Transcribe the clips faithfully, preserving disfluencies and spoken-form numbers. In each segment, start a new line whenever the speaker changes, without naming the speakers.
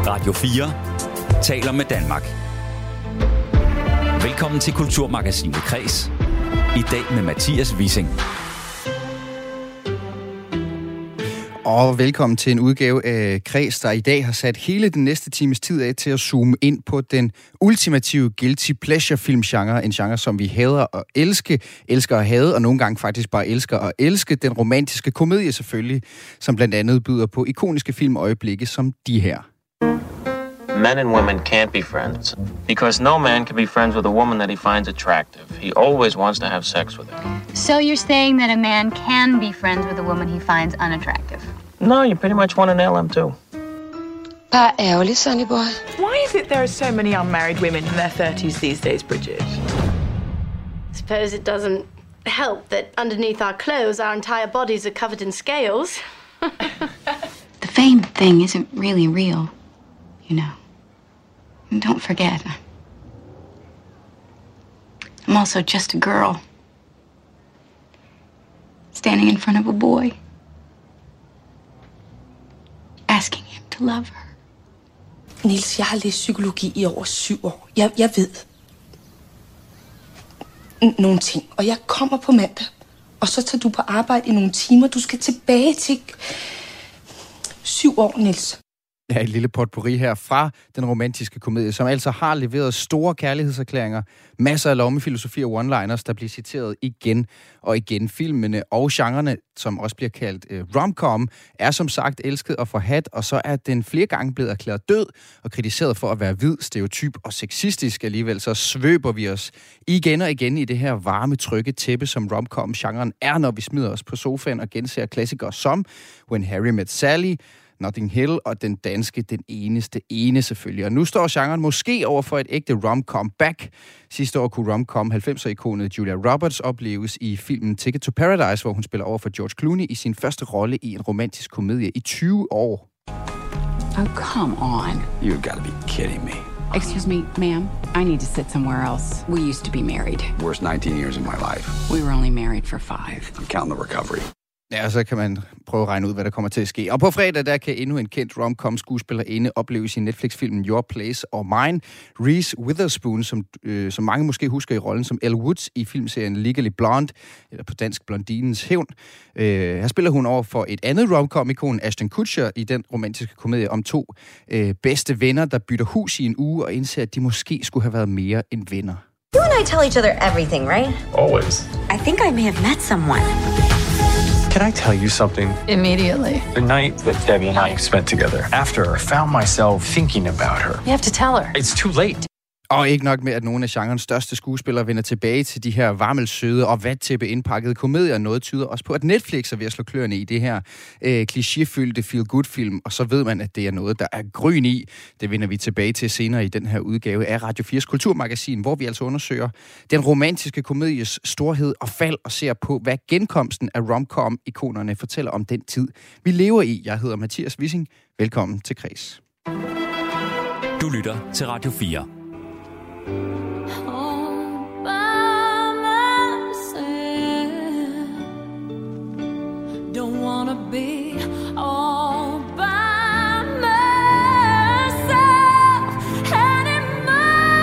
Radio fire taler med Danmark. Velkommen til Kulturmagasinet Kreds. I dag med Mathias Wissing.
Og velkommen til en udgave af Kreds, der i dag har sat hele den næste times tid af til at zoome ind på den ultimative guilty pleasure filmgenre. En genre, som vi hader og elske, elsker at hade, og nogle gange faktisk bare elsker at elske. Den romantiske komedie selvfølgelig, som blandt andet byder på ikoniske filmøjeblikke som de her.
Men and women can't be friends, because no man can be friends with a woman that he finds attractive. He always wants to have sex with her.
So you're saying that a man can be friends with a woman he finds unattractive?
No, you pretty much want to nail him too.
Bare ærgerligt, Sonny boy.
Why is it there are so many unmarried women in their thirties these days, Bridget?
I suppose it doesn't help that underneath our clothes our entire bodies are covered in scales.
The fame thing isn't really real, you know. And don't forget, I'm also just a girl standing in front of a boy, asking him to love her.
Niels, jeg har læst psykologi i over syv år. Jeg, jeg ved n- nogle ting, og jeg kommer på mandag, og så tager du på arbejde i nogle timer. Du skal tilbage til syv år, Niels.
Ja, et lille potpourri her fra den romantiske komedie, som altså har leveret store kærlighedserklæringer, masser af lommefilosofi og one-liners, der bliver citeret igen og igen. Filmene og genrerne, som også bliver kaldt øh, rom-com, er som sagt elsket og forhat, og så er den flere gange blevet erklæret død og kritiseret for at være hvid, stereotyp og sexistisk. Alligevel så svøber vi os igen og igen i det her varme, trygge tæppe, som rom-com-genren er, når vi smider os på sofaen og genser klassikere som When Harry Met Sally, Notting Hill og den danske, den eneste ene selvfølgelig. Og nu står genren måske over for et ægte rom-com back. Sidste år kunne rom-com halvfemser-ikonet Julia Roberts opleves i filmen Ticket to Paradise, hvor hun spiller over for George Clooney i sin første rolle i en romantisk komedie i tyve år.
Oh, come on.
You gotta be kidding me.
Excuse me, ma'am. I need to sit somewhere else. We used to be married.
Worst nineteen years of my life.
We were only married for five.
I'm counting the recovery.
Ja, og så kan man prøve at regne ud, hvad der kommer til at ske. Og på fredag, der kan endnu en kendt rom-com-skuespillerinde opleve sin Netflix-film Your Place or Mine. Reese Witherspoon, som, øh, som mange måske husker i rollen som Elle Woods i filmserien Legally Blonde, eller på dansk Blondinens Hævn. Øh, her spiller hun over for et andet rom-com-ikon, Ashton Kutcher, i den romantiske komedie om to øh, bedste venner, der bytter hus i en uge og indser, at de måske skulle have været mere end venner.
You and I tell each other everything, right?
Always.
I think I may have met someone.
Can I tell you something?
Immediately.
The night that Debbie and I spent together, after I found myself thinking about her.
You have to tell her.
It's too late.
Og ikke nok med, at nogle af genrens største skuespillere vender tilbage til de her varmelsøde og vattæppe indpakkede komedier. Noget tyder også på, at Netflix er ved at slå kløerne i det her øh, klichéfyldte feel-good-film, og så ved man, at det er noget, der er gryn i. Det vender vi tilbage til senere i den her udgave af Radio fires Kulturmagasin, hvor vi altså undersøger den romantiske komedies storhed og fald og ser på, hvad genkomsten af rom-com-ikonerne fortæller om den tid, vi lever i. Jeg hedder Mathias Wissing. Velkommen til Kreds.
Du lytter til Radio fire.
Don't wanna be all by myself anymore.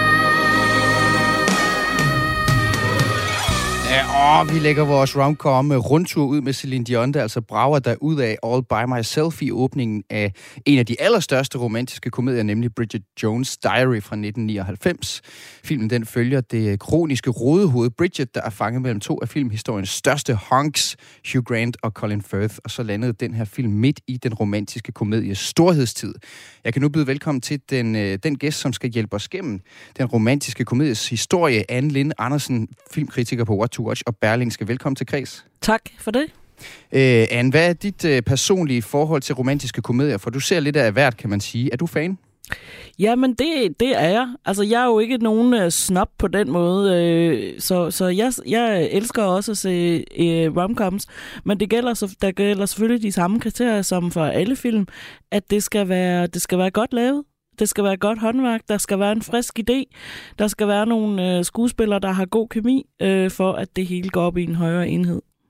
Ja, og vi lægger vores rom-com rundtur ud med Celine Dion, der altså brager der ud af All By Myself i åbningen af en af de allerstørste romantiske komedier, nemlig Bridget Jones' Diary fra nitten nioghalvfems. Filmen den følger det kroniske rodehoved Bridget, der er fanget mellem to af filmhistoriens største honks, Hugh Grant og Colin Firth, og så landede den her film midt i den romantiske komedies storhedstid. Jeg kan nu byde velkommen til den, den gæst, som skal hjælpe os gennem den romantiske komedies historie, Anne Linde Andersen, filmkritiker på What to Watch og Berlingske. Velkommen til Kreds.
Tak for det.
Øh, Anne, hvad er dit øh, personlige forhold til romantiske komedier? For du ser lidt af hvert, kan man sige. Er du fan?
Jamen, det, det er jeg. Altså, jeg er jo ikke nogen øh, snob på den måde, øh, så, så jeg, jeg elsker også at se øh, romcoms, men det gælder, så, der gælder selvfølgelig de samme kriterier som for alle film, at det skal være, det skal være godt lavet. Det skal være godt håndværk, der skal være en frisk idé, der skal være nogle øh, skuespillere, der har god kemi, øh, for at det hele går op i en højere enhed.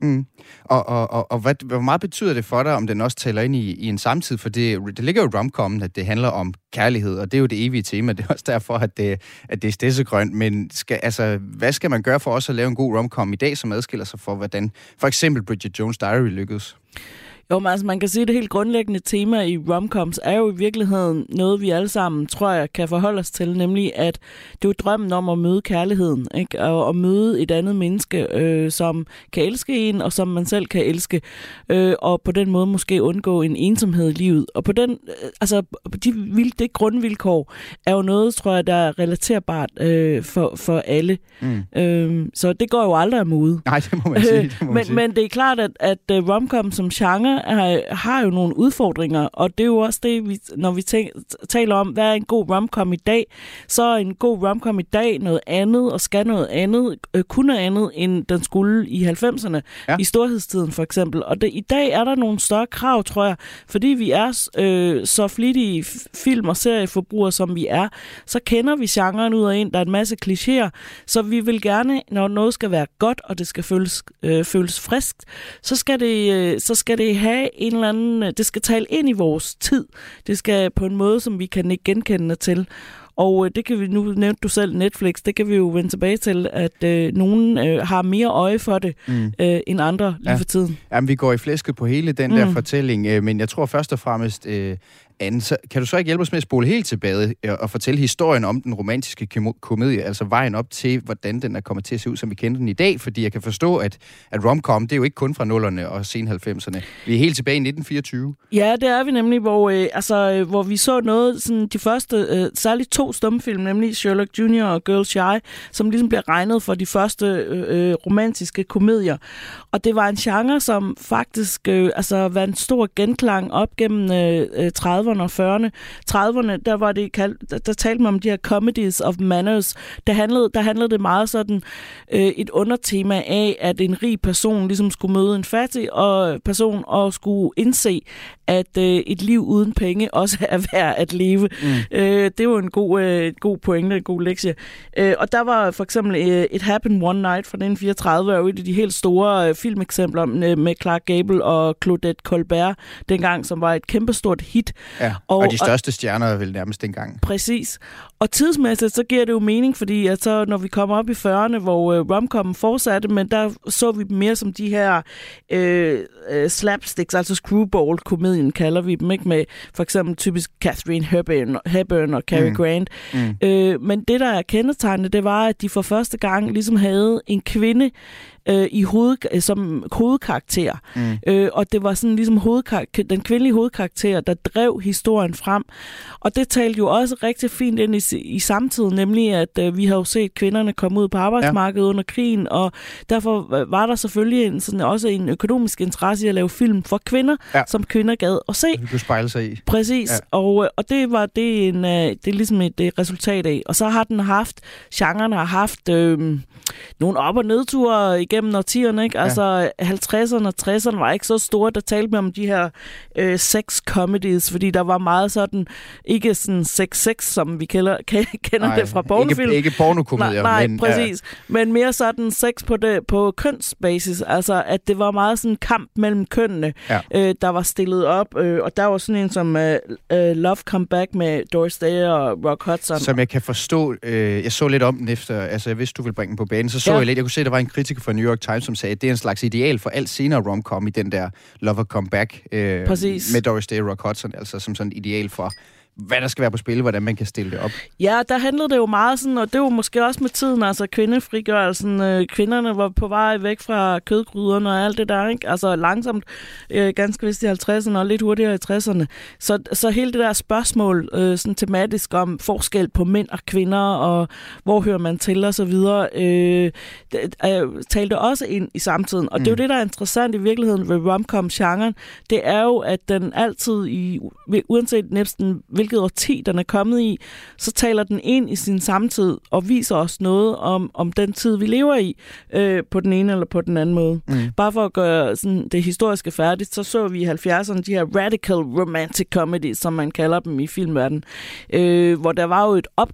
Mm. Og, og, og, og hvad, hvor meget betyder det for dig, om den også taler ind i, i en samtid? For det, det ligger jo i romcomen, at det handler om kærlighed, og det er jo det evige tema. Det er også derfor, at det, at det er stedsegrønt. Men skal, altså, hvad skal man gøre for også at lave en god romcom i dag, som adskiller sig for, hvordan for eksempel Bridget Jones' Diary lykkedes?
Jo, men altså man kan sige, at det helt grundlæggende tema i romcoms er jo i virkeligheden noget, vi alle sammen, tror jeg, kan forholde os til, nemlig at det er jo drømmen om at møde kærligheden, ikke? Og at møde et andet menneske, øh, som kan elske en, og som man selv kan elske, øh, og på den måde måske undgå en ensomhed i livet. Og på den, øh, altså, de, det grundvilkår er jo noget, tror jeg, der er relaterbart øh, for, for alle. Mm. Øh, så det går jo aldrig af mode.
Nej, det må man sige. Det må man
men,
sige.
men det er klart, at, at romcom som genre Er, har jo nogle udfordringer, og det er jo også det, vi, når vi tænker, taler om, hvad er en god romcom i dag, så er en god romcom i dag noget andet, og skal noget andet, øh, kun noget andet, end den skulle i halvfemserne, ja. I storhedstiden for eksempel. Og det, i dag er der nogle større krav, tror jeg, fordi vi er øh, så flittige film- og serieforbrugere, som vi er, så kender vi genren ud og ind, der er en masse klichéer, så vi vil gerne, når noget skal være godt, og det skal føles, øh, føles friskt, så skal det, øh, så skal det have en eller anden, det skal tale ind i vores tid. Det skal på en måde, som vi kan ikke genkende til. Og det kan vi, nu nævnte du selv Netflix, det kan vi jo vende tilbage til, at øh, nogen øh, har mere øje for det, mm. øh, end andre lige
ja.
for tiden.
Jamen, vi går i flæsket på hele den mm. der fortælling, øh, men jeg tror først og fremmest, øh, Anne, så kan du så ikke hjælpe os med at spole helt tilbage øh, og fortælle historien om den romantiske kom- komedie, altså vejen op til, hvordan den er kommet til at se ud, som vi kender den i dag, fordi jeg kan forstå, at, at romcom, det er jo ikke kun fra nullerne og sen halvfemserne. Vi er helt tilbage i nitten fireogtyve.
Ja, det er vi nemlig, hvor, øh, altså, øh, hvor vi så noget, sådan de første, øh, særligt to stumfilm, nemlig Sherlock junior og Girl Shy, som ligesom bliver regnet for de første øh, romantiske komedier. Og det var en genre, som faktisk øh, altså, var en stor genklang op gennem øh, trediverne og fyrrerne. trediverne, der var det kaldt, der, der talte man om de her comedies of manners. Der handlede, der handlede det meget sådan øh, et undertema af, at en rig person ligesom skulle møde en fattig og person og skulle indse, at øh, et liv uden penge også er værd at leve. Mm. Øh, det var en god, øh, god pointe, en god lektie. Øh, og der var for eksempel øh, It Happened One Night fra nitten fireogtredive, er jo et af de helt store øh, filmeksempler med, med Clark Gable og Claudette Colbert dengang, som var et kæmpestort hit.
Ja, og, og de største og, stjerner vel nærmest dengang.
Præcis. Og tidsmæssigt, så giver det jo mening, fordi at så, når vi kommer op i fyrrerne, hvor øh, romcommen fortsatte, men der så vi dem mere som de her øh, øh, slapsticks, altså screwball-komedien kalder vi dem, ikke, med for eksempel typisk Catherine Hepburn, Hepburn og Cary mm. Grant. Mm. Øh, men det, der er kendetegnende, det var, at de for første gang ligesom havde en kvinde øh, i hoved, som hovedkarakter. Mm. Øh, og det var sådan ligesom hovedkar- den kvindelige hovedkarakter, der drev historien frem. Og det talte jo også rigtig fint ind i, i samtiden, nemlig at øh, vi har jo set kvinderne komme ud på arbejdsmarkedet ja. under krigen, og derfor var der selvfølgelig en, sådan, også en økonomisk interesse i at lave film for kvinder, ja. som kvinder gad at se.
Det kunne spejle sig i.
Præcis, ja. og, og det var det en, det er ligesom et, et resultat af. Og så har den haft, genren har haft øh, nogle op- og nedture igennem årtierne, ikke? Altså ja. halvtredserne og tresserne var ikke så store, der talte med om de her øh, sex-comedies, fordi der var meget sådan, ikke sådan sex-sex, som vi kender, kender nej, det fra pornofilm.
Ikke, ikke pornokomedier.
Nej, nej
men,
præcis. Ja. Men mere sådan sex på, det, på kønsbasis, altså at det var meget sådan en kamp mellem kønnene, ja. øh, der var stillet op, øh, og der var sådan en som øh, øh, Love Come Back med Doris Day og Rock Hudson.
Som jeg kan forstå, øh, jeg så lidt om den efter, altså jeg vidste, du ville bringe den på banen, så så ja. jeg lidt, jeg kunne se, at der var en kritiker fra New York Times, som sagde, at det er en slags ideal for alt senere romcom i den der Love Come Back øh, med Doris Day og Rock Hudson, altså som sådan et ideal for hvad der skal være på spil, hvordan man kan stille det op.
Ja, der handlede det jo meget sådan, og det var måske også med tiden, altså kvindefrigørelsen. Øh, kvinderne var på vej væk fra kødgryderne og alt det der, ikke? Altså langsomt, øh, ganske vist i halvtredserne og lidt hurtigere i tresserne. Så, så hele det der spørgsmål, øh, sådan tematisk om forskel på mænd og kvinder, og hvor hører man til og så videre, øh, det, øh, talte også ind i samtiden. Og mm. det er jo det, der er interessant i virkeligheden ved romcom-genren. Det er jo, at den altid, i, uanset næsten hvilket årti den er kommet i, så taler den ind i sin samtid og viser os noget om, om den tid, vi lever i, øh, på den ene eller på den anden måde. Mm. Bare for at gøre sådan, det historiske færdigt, så så vi i halvfjerdserne de her radical romantic comedies, som man kalder dem i filmverdenen, øh, hvor der var jo et opgør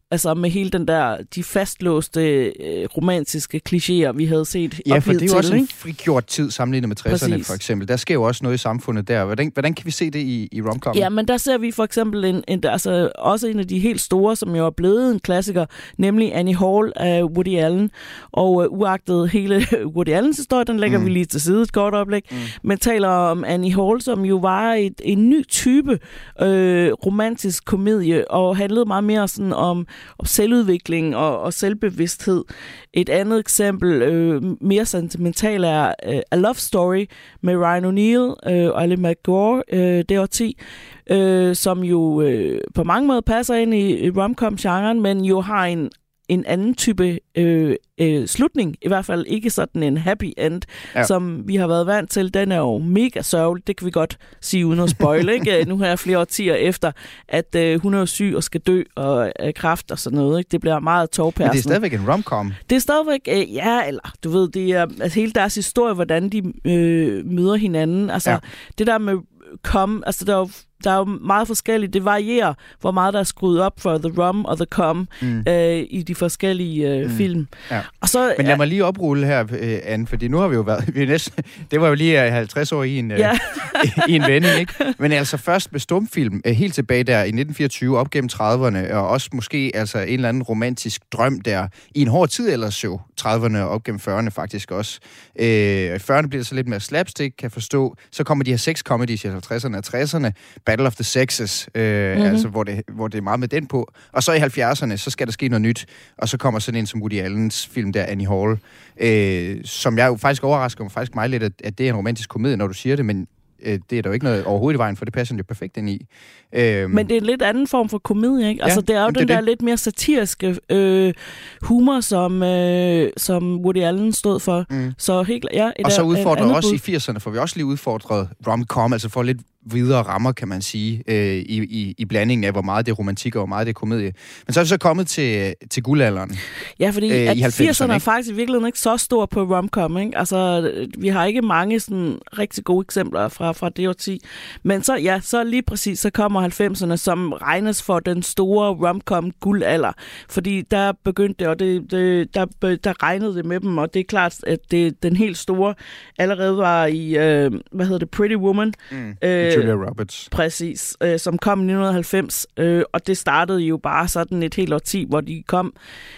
Altså med hele den der, de fastlåste øh, romantiske klichéer, vi havde set.
Ja, for det er jo
til,
også en
ikke?
frigjort tid sammenlignet med tresserne. Præcis. For eksempel. Der sker jo også noget i samfundet der. Hvordan, hvordan kan vi se det i, i romcom?
Ja, men der ser vi for eksempel en, en, altså også en af de helt store, som jo er blevet en klassiker, nemlig Annie Hall af Woody Allen. Og uh, uagtet hele Woody Allens historie, den lægger mm. vi lige til side et kort oplæg, mm. men taler om Annie Hall, som jo var et, en ny type øh, romantisk komedie, og handlede meget mere sådan om, om selvudvikling og, og selvbevidsthed. Et andet eksempel, øh, mere sentimental, er øh, A Love Story med Ryan O'Neal øh, og Ali McGraw, øh, det årti, øh, som jo øh, på mange måder passer ind i, i rom-com-genren, men jo har en en anden type øh, øh, slutning, i hvert fald ikke sådan en happy end, ja. Som vi har været vant til. Den er jo mega sørgelig, det kan vi godt sige uden at spoile, ikke? Nu her flere årtier efter, at øh, hun er syg og skal dø og øh, kræft og sådan noget, ikke? Det bliver meget tårpersende.
Men det er stadigvæk en rom-com.
Det er stadigvæk, øh, ja, eller du ved, det er altså, hele deres historie, hvordan de øh, møder hinanden. Altså, ja. Det der med kom, altså der er jo Der er jo meget forskelligt. Det varierer, hvor meget der er skruet op for the rom og the com mm. øh, i de forskellige øh, mm. film.
Ja. Og så, Men lad mig lige oprulle her, øh, Anne, fordi nu har vi jo været... Vi næsten, det var jo lige halvtreds år i en, øh, ja. i en vending, ikke? Men altså først med stumfilm, øh, helt tilbage der i nitten fireogtyve, op gennem trediverne, og også måske altså en eller anden romantisk drøm der, i en hård tid ellers jo, trediverne og op gennem fyrrerne faktisk også. Øh, fyrrerne bliver så lidt mere slapstick, kan jeg forstå. Så kommer de her sex comedies i halvtredserne og tresserne, Battle of the Sexes, øh, mm-hmm. altså hvor det, hvor det er meget med den på. Og så i halvfjerdserne, så skal der ske noget nyt, og så kommer sådan en som Woody Allens film der, Annie Hall, øh, som jeg jo faktisk overrasker mig faktisk meget lidt, at, at det er en romantisk komedie, når du siger det, men øh, det er der jo ikke noget overhovedet i vejen, for det passer jo perfekt ind i. Øh,
men det er en lidt anden form for komedie, ikke? Altså ja, det er jo den der det. lidt mere satiriske øh, humor, som, øh, som Woody Allen stod for. Mm. Så helt, ja,
og så udfordrer også bud. I firserne, får vi også lige udfordret rom-com, altså for lidt videre rammer, kan man sige, øh, i, i, i blandingen af, hvor meget det er romantik og hvor meget det er komedie. Men så er vi så kommet til, til guldalderen.
Ja, fordi øh, at firserne er faktisk i virkeligheden ikke så stor på rom-com, ikke? Altså, vi har ikke mange sådan rigtig gode eksempler fra, fra det årti. Men så, ja, så lige præcis, så kommer halvfemserne, som regnes for den store rom-com guldalder. Fordi der begyndte det, og det, det, der, der regnede det med dem, og det er klart, at det, den helt store allerede var i, øh, hvad hedder det, Pretty Woman.
Mm. Øh, Julia Roberts.
Præcis, øh, som kom i nitten halvfems, øh, og det startede jo bare sådan et helt årti, hvor de kom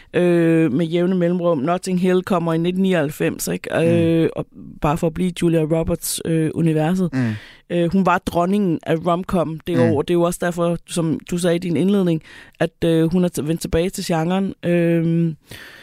øh, med jævne mellemrum. Notting Hill kommer i nitten nioghalvfems, ikke? Øh, mm. og bare for at blive Julia Roberts øh, universet. Mm. Øh, hun var dronningen af rom-com det mm. år. Det er jo også derfor, som du sagde i din indledning, at øh, hun er vendt tilbage til genren. Øh,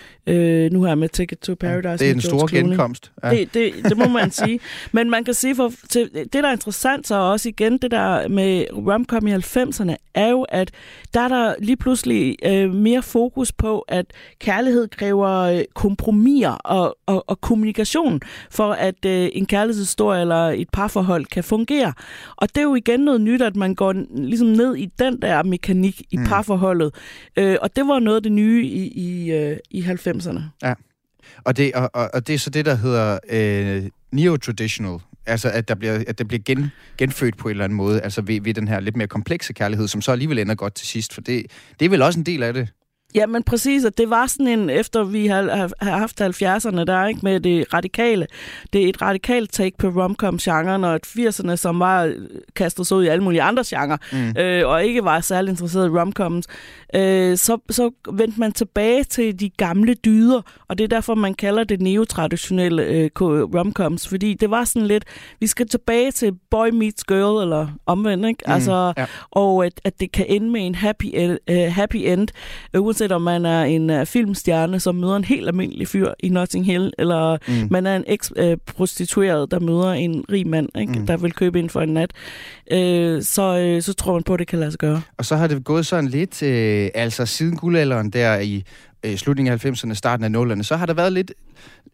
Øh, nu har jeg med Ticket to Paradise.
Det er en stor genkomst.
Ja. Det, det, det må man sige. Men man kan sige, for til, det der er interessant så også igen, det der med rom-com i halvfemserne, er jo, at der er der lige pludselig øh, mere fokus på, at kærlighed kræver øh, kompromiser og, og, og kommunikation, for at øh, en kærlighedshistorie eller et parforhold kan fungere. Og det er jo igen noget nyt, at man går ligesom ned i den der mekanik i mm. parforholdet. Øh, og det var noget af det nye i, i, øh, i halvfemserne.
Ja, og det, og, og, og det er så det, der hedder øh, neo-traditional, altså at der bliver, at der bliver gen, genfødt på en eller anden måde, altså ved, ved den her lidt mere komplekse kærlighed, som så alligevel ender godt til sidst, for det, det er vel også en del af det.
Ja, men præcis, at det var sådan en, efter vi har, har haft halvfjerdserne der, ikke, med det radikale. Det er et radikalt take på rom-com-genren, og at firserne, som var kastet sig ud i alle mulige andre genrer, mm. øh, og ikke var særlig interesseret i rom-coms, øh, så, så vendte man tilbage til de gamle dyder, og det er derfor, man kalder det neotraditionelle øh, rom-coms, fordi det var sådan lidt, vi skal tilbage til boy meets girl, eller omvendt, ikke? Mm, altså, ja. Og at, at det kan ende med en happy end, uh, happy end uh, uanset om man er en uh, filmstjerne, som møder en helt almindelig fyr i Notting Hill, eller mm. man er en eks-prostitueret, uh, der møder en rig mand, ikke? Mm. der vil købe ind for en nat, uh, så, uh, så tror man på, at det kan lade sig gøre.
Og så har det gået sådan lidt, uh, altså siden guldalderen der i uh, slutningen af halvfemserne, starten af nullerne, så har der været lidt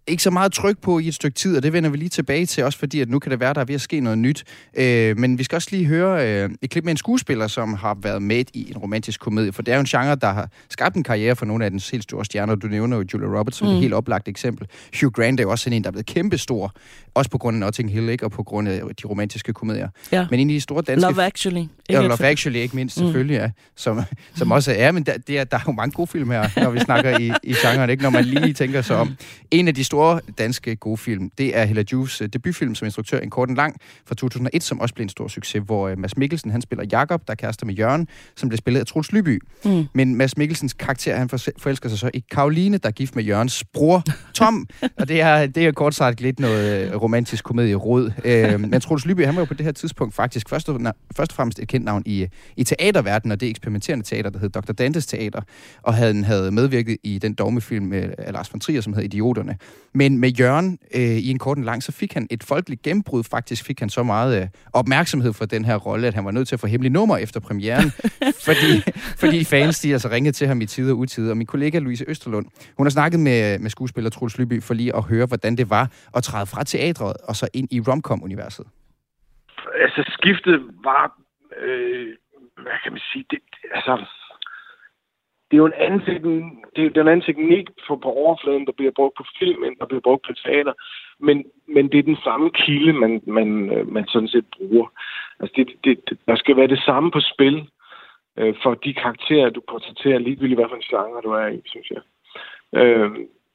ikke så meget tryk på i et stykke tid, og det vender vi lige tilbage til, også fordi, at nu kan det være, der er ved at ske noget nyt. Øh, men vi skal også lige høre øh, et klip med en skuespiller, som har været med i en romantisk komedie, for det er jo en genre, der har skabt en karriere for nogle af dens helt store stjerner. Du nævner jo Julia Roberts som mm. et helt oplagt eksempel. Hugh Grant er jo også sådan en, der er blevet kæmpestor, også på grund af Notting Hill, ikke? Og på grund af de romantiske komedier.
Ja.
Men en af de store danske...
Love Actually.
Ja, Love Actually, ikke mindst, mm. selvfølgelig, ja. Som, som også er, men der, det er, der er jo mange gode film her, når vi snakker i, i genren, ikke? Når man lige tænker sig om. En af de store danske gode film, det er Hella Joof debutfilm som instruktør, En kort en lang, fra to tusind og et, som også blev en stor succes, hvor Mads Mikkelsen, han spiller Jakob, der er kærester med Jørgen, som blev spillet af Troels Lyby. Mm. Men Mads Mikkelsens karakter, han forelsker sig så i Karoline, der er gift med Jørgens bror, Tom, og det er, det er kort sagt lidt noget romantisk komedie-råd. Øh, men Troels Lyby, han var jo på det her tidspunkt faktisk først og, først og fremmest et kendt navn i, i teaterverdenen, og det eksperimenterende teater, der hed doktor Dantes Teater, og han havde medvirket i den dogmefilm af Lars von Trier, som hed Idioterne. Men med Jørgen øh, i En kort en lang, så fik han et folkeligt gennembrud. Faktisk fik han så meget øh, opmærksomhed for den her rolle, at han var nødt til at få hemmelige nummer efter premieren, fordi, fordi fans de altså ringede til ham i tide og utide. Og min kollega Louise Østerlund, hun har snakket med, med skuespiller Troels Lyby for lige at høre, hvordan det var at træde fra teatret og så ind i romcom-universet.
Altså, skiftet var, øh, hvad kan man sige, det, altså, det er jo en anden teknik, det er en anden teknik for på overfladen, der bliver brugt på film, end der bliver brugt på teater, men, men det er den samme kilde, man, man, man sådan set bruger. Altså, det, det, der skal være det samme på spil øh, for de karakterer, du portrætterer, ligegyldigt hvad for en genre du er i, synes jeg. Øh,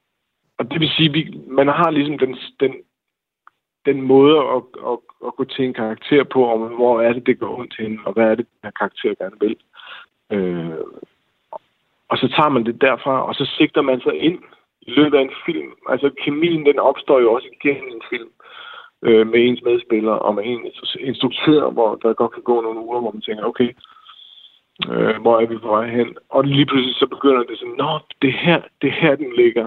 og det vil sige, vi, man har ligesom den, den den måde at, at, at gå til en karakter på, om hvor er det, det går ondt til hende, og hvad er det, den her karakter gerne vil. Øh, og så tager man det derfra, og så sigter man sig ind i løbet af en film. Altså kemien, den opstår jo også igennem en film, øh, med ens medspiller og med en instruktør, hvor der godt kan gå nogle uger, hvor man tænker, okay, øh, hvor er vi på vej hen? Og lige pludselig så begynder det sådan, nå, det her, det her den ligger.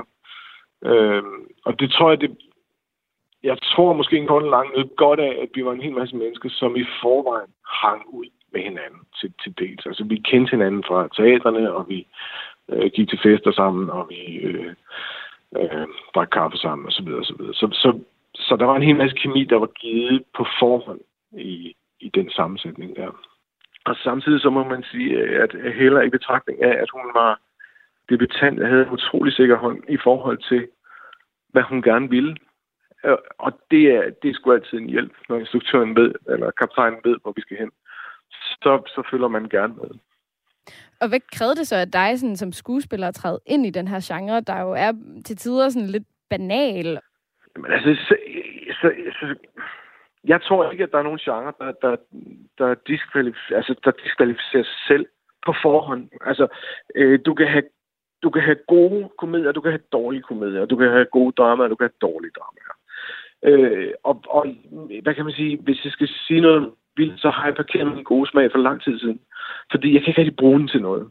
Øh, og det tror jeg, det Jeg tror måske en kort lang nød godt af, at vi var en hel masse mennesker, som i forvejen hang ud med hinanden til, til dels. Altså vi kendte hinanden fra teatrene, og vi øh, gik til fester sammen, og vi øh, øh, drak kaffe sammen, osv. Så, videre, så, så, så der var en hel masse kemi, der var givet på forhånd i, i den sammensætning der. Og samtidig så må man sige, at Hella i betragtning af, at hun var debutant, havde en utrolig sikker hånd i forhold til, hvad hun gerne ville. Og det er, det er sgu altid en hjælp, når instruktøren ved, eller kaptajnen ved, hvor vi skal hen. Så, så følger man gerne med.
Og hvad krævede det så af dig sådan, som skuespiller at træde ind i den her genre, der jo er til tider sådan lidt banal?
Jamen, altså, så, så, så, jeg tror ikke, at der er nogen genre, der, der, der, diskvalificerer, altså, der diskvalificerer sig selv på forhånd. Altså, øh, du kan have Du kan have gode komedier, du kan have dårlige komedier, du kan have gode dramaer, du kan have dårlige dramaer. Øh, og, og hvad kan man sige, hvis jeg skal sige noget vildt, så har jeg parkeret min gode smag for lang tid siden. Fordi jeg kan ikke rigtig bruge den til noget.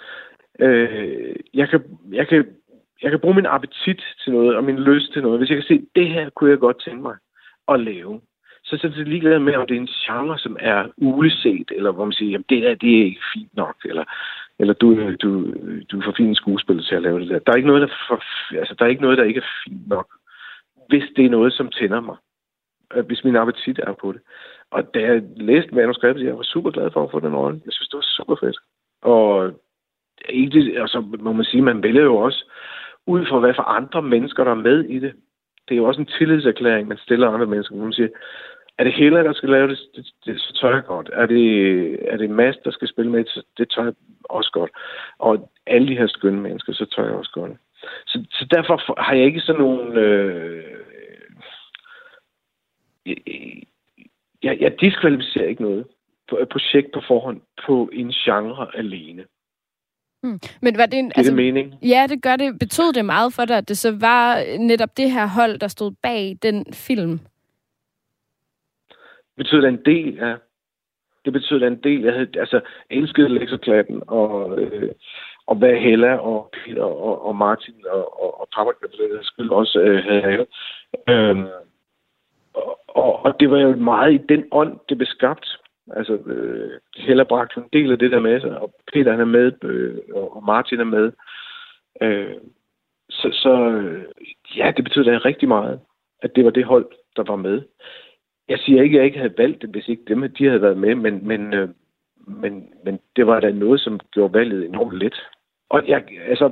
Øh, jeg, kan, jeg, kan, jeg kan bruge min appetit til noget, og min lyst til noget. Hvis jeg kan se, det her kunne jeg godt tænke mig at lave. Så, så er det ligeglad med, om det er en genre, som er uleset, eller hvor man siger, jamen det der, det er ikke fint nok, eller, eller du, du, du er for fin skuespiller til at lave det der. Der er ikke noget, der, for, altså, der er ikke noget, der ikke er fint nok, hvis det er noget, som tænder mig. Hvis min appetit er på det. Og da jeg læste manuskriptet, jeg var super glad for at få den rolle. Jeg synes, det var super fedt. Og ikke, altså, må man sige, man vælger jo også ud fra, hvad for andre mennesker, der er med i det. Det er jo også en tillidserklæring, man stiller andre mennesker. Man siger, er det Hella, der skal lave det, det, det så tør jeg godt. Er det, er det Mads, der skal spille med, så det tør jeg også godt. Og alle de her skønne mennesker, så tør jeg også godt. Så, så derfor har jeg ikke sådan nogle... Øh, jeg, jeg diskvalificerer ikke noget på et projekt på forhånd på en genre alene.
Hmm. Men var det en,
det er
altså,
det mening?
Ja, det gør det. Betød det meget for dig, at det så var netop det her hold, der stod bag den film?
Det betød en del, ja. Det betød en del. Jeg havde altså elsket Lekserklatten og øh, og hvad Hella og Peter og, og Martin og og, og Papa skulle også øh, have lavet. Øhm, og, og, og det var jo meget i den ånd, det blev skabt. Altså, øh, Hella bragte en del af det der med sig, og Peter han er med, øh, og Martin er med. Øh, så, så ja, det betyder da rigtig meget, at det var det hold, der var med. Jeg siger ikke, at jeg ikke havde valgt det, hvis ikke dem, de havde været med, men, men, øh, men, men det var da noget, som gjorde valget enormt let. Og jeg, altså,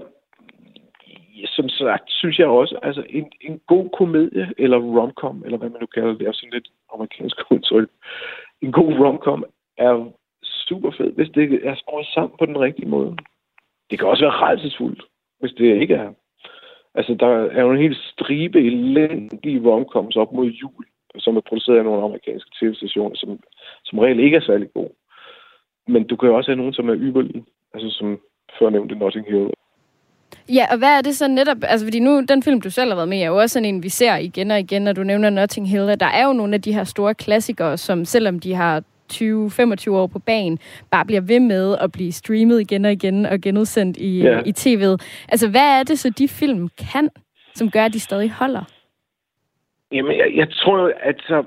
som sagt, synes jeg også, altså en, en god komedie, eller romcom, eller hvad man nu kalder det, er sådan lidt amerikansk udtryk. En god romcom er super fed, hvis det er skåret sammen på den rigtige måde. Det kan også være rædselsfuldt, hvis det ikke er. Altså, der er jo en hel stribe elendige romcoms op mod jul, som er produceret af nogle amerikanske tv-stationer, som, som reelt ikke er særlig gode. Men du kan jo også have nogen, som er yberlige, altså som før nævnte Notting Hill.
Ja, og hvad er det så netop, altså fordi nu, den film, du selv har været med i, er jo også sådan en, vi ser igen og igen, når du nævner Notting Hill, der er jo nogle af de her store klassikere, som selvom de har tyve til femogtyve år på banen, bare bliver ved med at blive streamet igen og igen og genudsendt i, yeah. i tv'et. Altså, hvad er det så, de film kan, som gør, at de stadig holder?
Jamen, jeg, jeg tror, at så,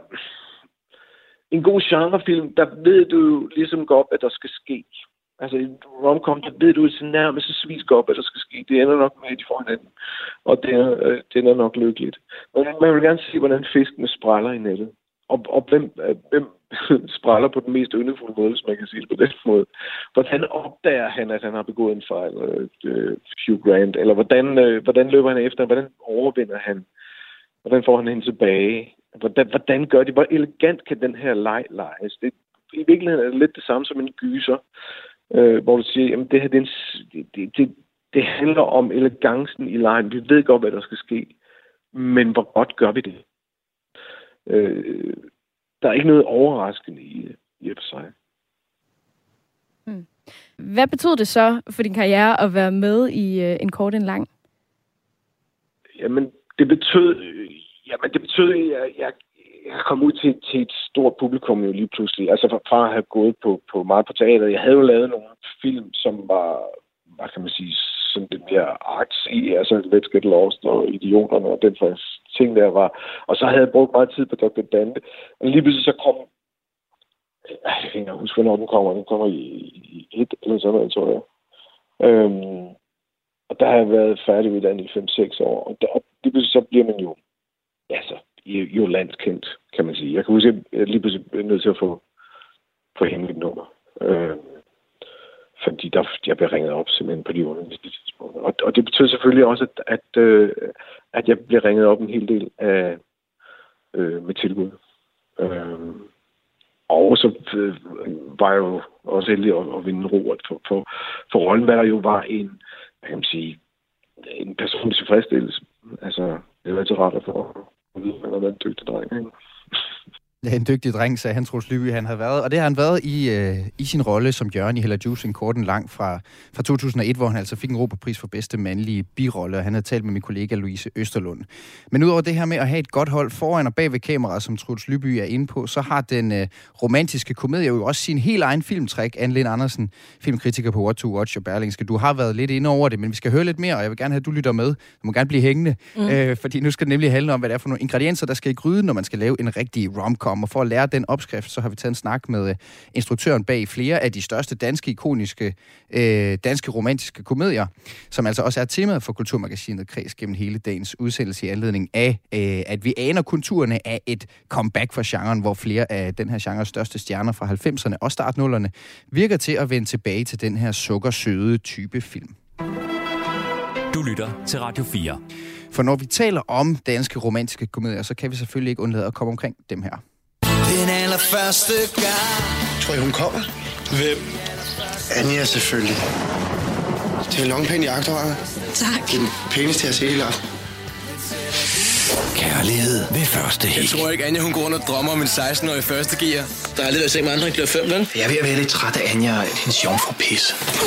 en god genrefilm, der ved du ligesom godt, at der skal ske. Altså, i romcom, der ved du så nærmest så svis godt, at der skal ske. Det ender nok med, at de får hinanden. Og det er, øh, det er nok lykkeligt. Men man vil gerne se, hvordan fiskene spræller i nettet. Og, og hvem, hvem spræller på den mest yndefulde måde, hvis man kan sige det på den måde. Hvordan opdager han, at han har begået en fejl, øh, Hugh Grant? Eller hvordan, øh, hvordan løber han efter? Hvordan overvinder han? Hvordan får han hende tilbage? Hvordan, hvordan gør de? Hvor elegant kan den her leg lejes? Det, i virkeligheden er det lidt det samme som en gyser, øh, hvor du siger, jamen det her, det, er en, det, det, det handler om elegancen i lejen. Vi ved godt, hvad der skal ske. Men hvor godt gør vi det? Øh, der er ikke noget overraskende i det, i og for sig.
Hmm. Hvad betød det så for din karriere at være med i uh, En kort, en lang?
Jamen, det betød, jamen, det betød at jeg, jeg, jeg kom ud til, til et stort publikum jo lige pludselig. Altså fra, fra at have gået på, på meget på teater. Jeg havde jo lavet nogle film, som var, hvad kan man sige, sådan lidt mere artsy, altså Let's Get Lost og Idioterne og den slags ting der var. Og så havde jeg brugt meget tid på doktor Dante. Og lige pludselig så kom, jeg kan ikke huske, hvornår den kommer. Den kommer i, i et eller sådan noget, tror jeg. Øhm, og der har jeg været færdiguddannet i fem seks år. Og, der, og lige pludselig så bliver man jo, altså, jo landskendt, kan man sige. Jeg kan huske, at jeg lige pludselig er nødt til at få, få hemmeligt nummer. Øhm, fordi der, jeg blev ringet op simpelthen på de underligste tidspunkter. Og, og det betød selvfølgelig også, at, at, øh, at jeg blev ringet op en hel del af, øh, med tilbud. Øh, og så øh, var jeg jo også heldig at, at vinde roret for, for, for rollen, hvad der jo var en, hvad kan man sige, en personlig tilfredsstillelse. Altså, det var altid rart at få at vide, at man har været en dygtig dreng, ikke?
Ja, en dygtig dreng, sagde han, Troels Lyby, han havde været. Og det har han været i, øh, i sin rolle som Jørgen i Hella Joof, En kort, en lang fra, fra to tusind og et, hvor han altså fik en Robertpris for bedste mandlige birolle, og han havde talt med min kollega Louise Østerlund. Men udover det her med at have et godt hold foran og bag ved kameraet, som Troels Lyby er inde på, så har den øh, romantiske komedie jo også sin helt egen filmtræk. Anne Lind Andersen, filmkritiker på What to Watch og Berlingske. Du har været lidt inde over det, men vi skal høre lidt mere, og jeg vil gerne have, at du lytter med. Du må gerne blive hængende, mm. øh, fordi nu skal det nemlig handle om, hvad det er for nogle ingredienser, der skal i gryden, når man skal lave en rigtig romcom. Og for at lære den opskrift, så har vi taget en snak med uh, instruktøren bag flere af de største danske, ikoniske, øh, danske romantiske komedier, som altså også er temaet for Kulturmagasinet Kreds gennem hele dagens udsendelse i anledning af, øh, at vi aner konturerne af et comeback for genren, hvor flere af den her genres største stjerner fra halvfemserne og startnullerne virker til at vende tilbage til den her sukkersøde type film.
Du lytter til Radio fire.
For når vi taler om danske romantiske komedier, så kan vi selvfølgelig ikke undlade at komme omkring dem her.
Den allerførste gang. Tror I, hun kommer? Hvem? Anja, selvfølgelig. Det er en langpæn jagt, du har.
Tak.
Det er den pæneste, jeg har set hele aften.
Kærlighed ved første hik.
Jeg tror ikke, Anja, hun går rundt og drømmer om en seksten-årig første gear. Der er aldrig været set med andre, der klør fem, vel?
Jeg er ved at være lidt træt af Anja og hendes jomfru-pis.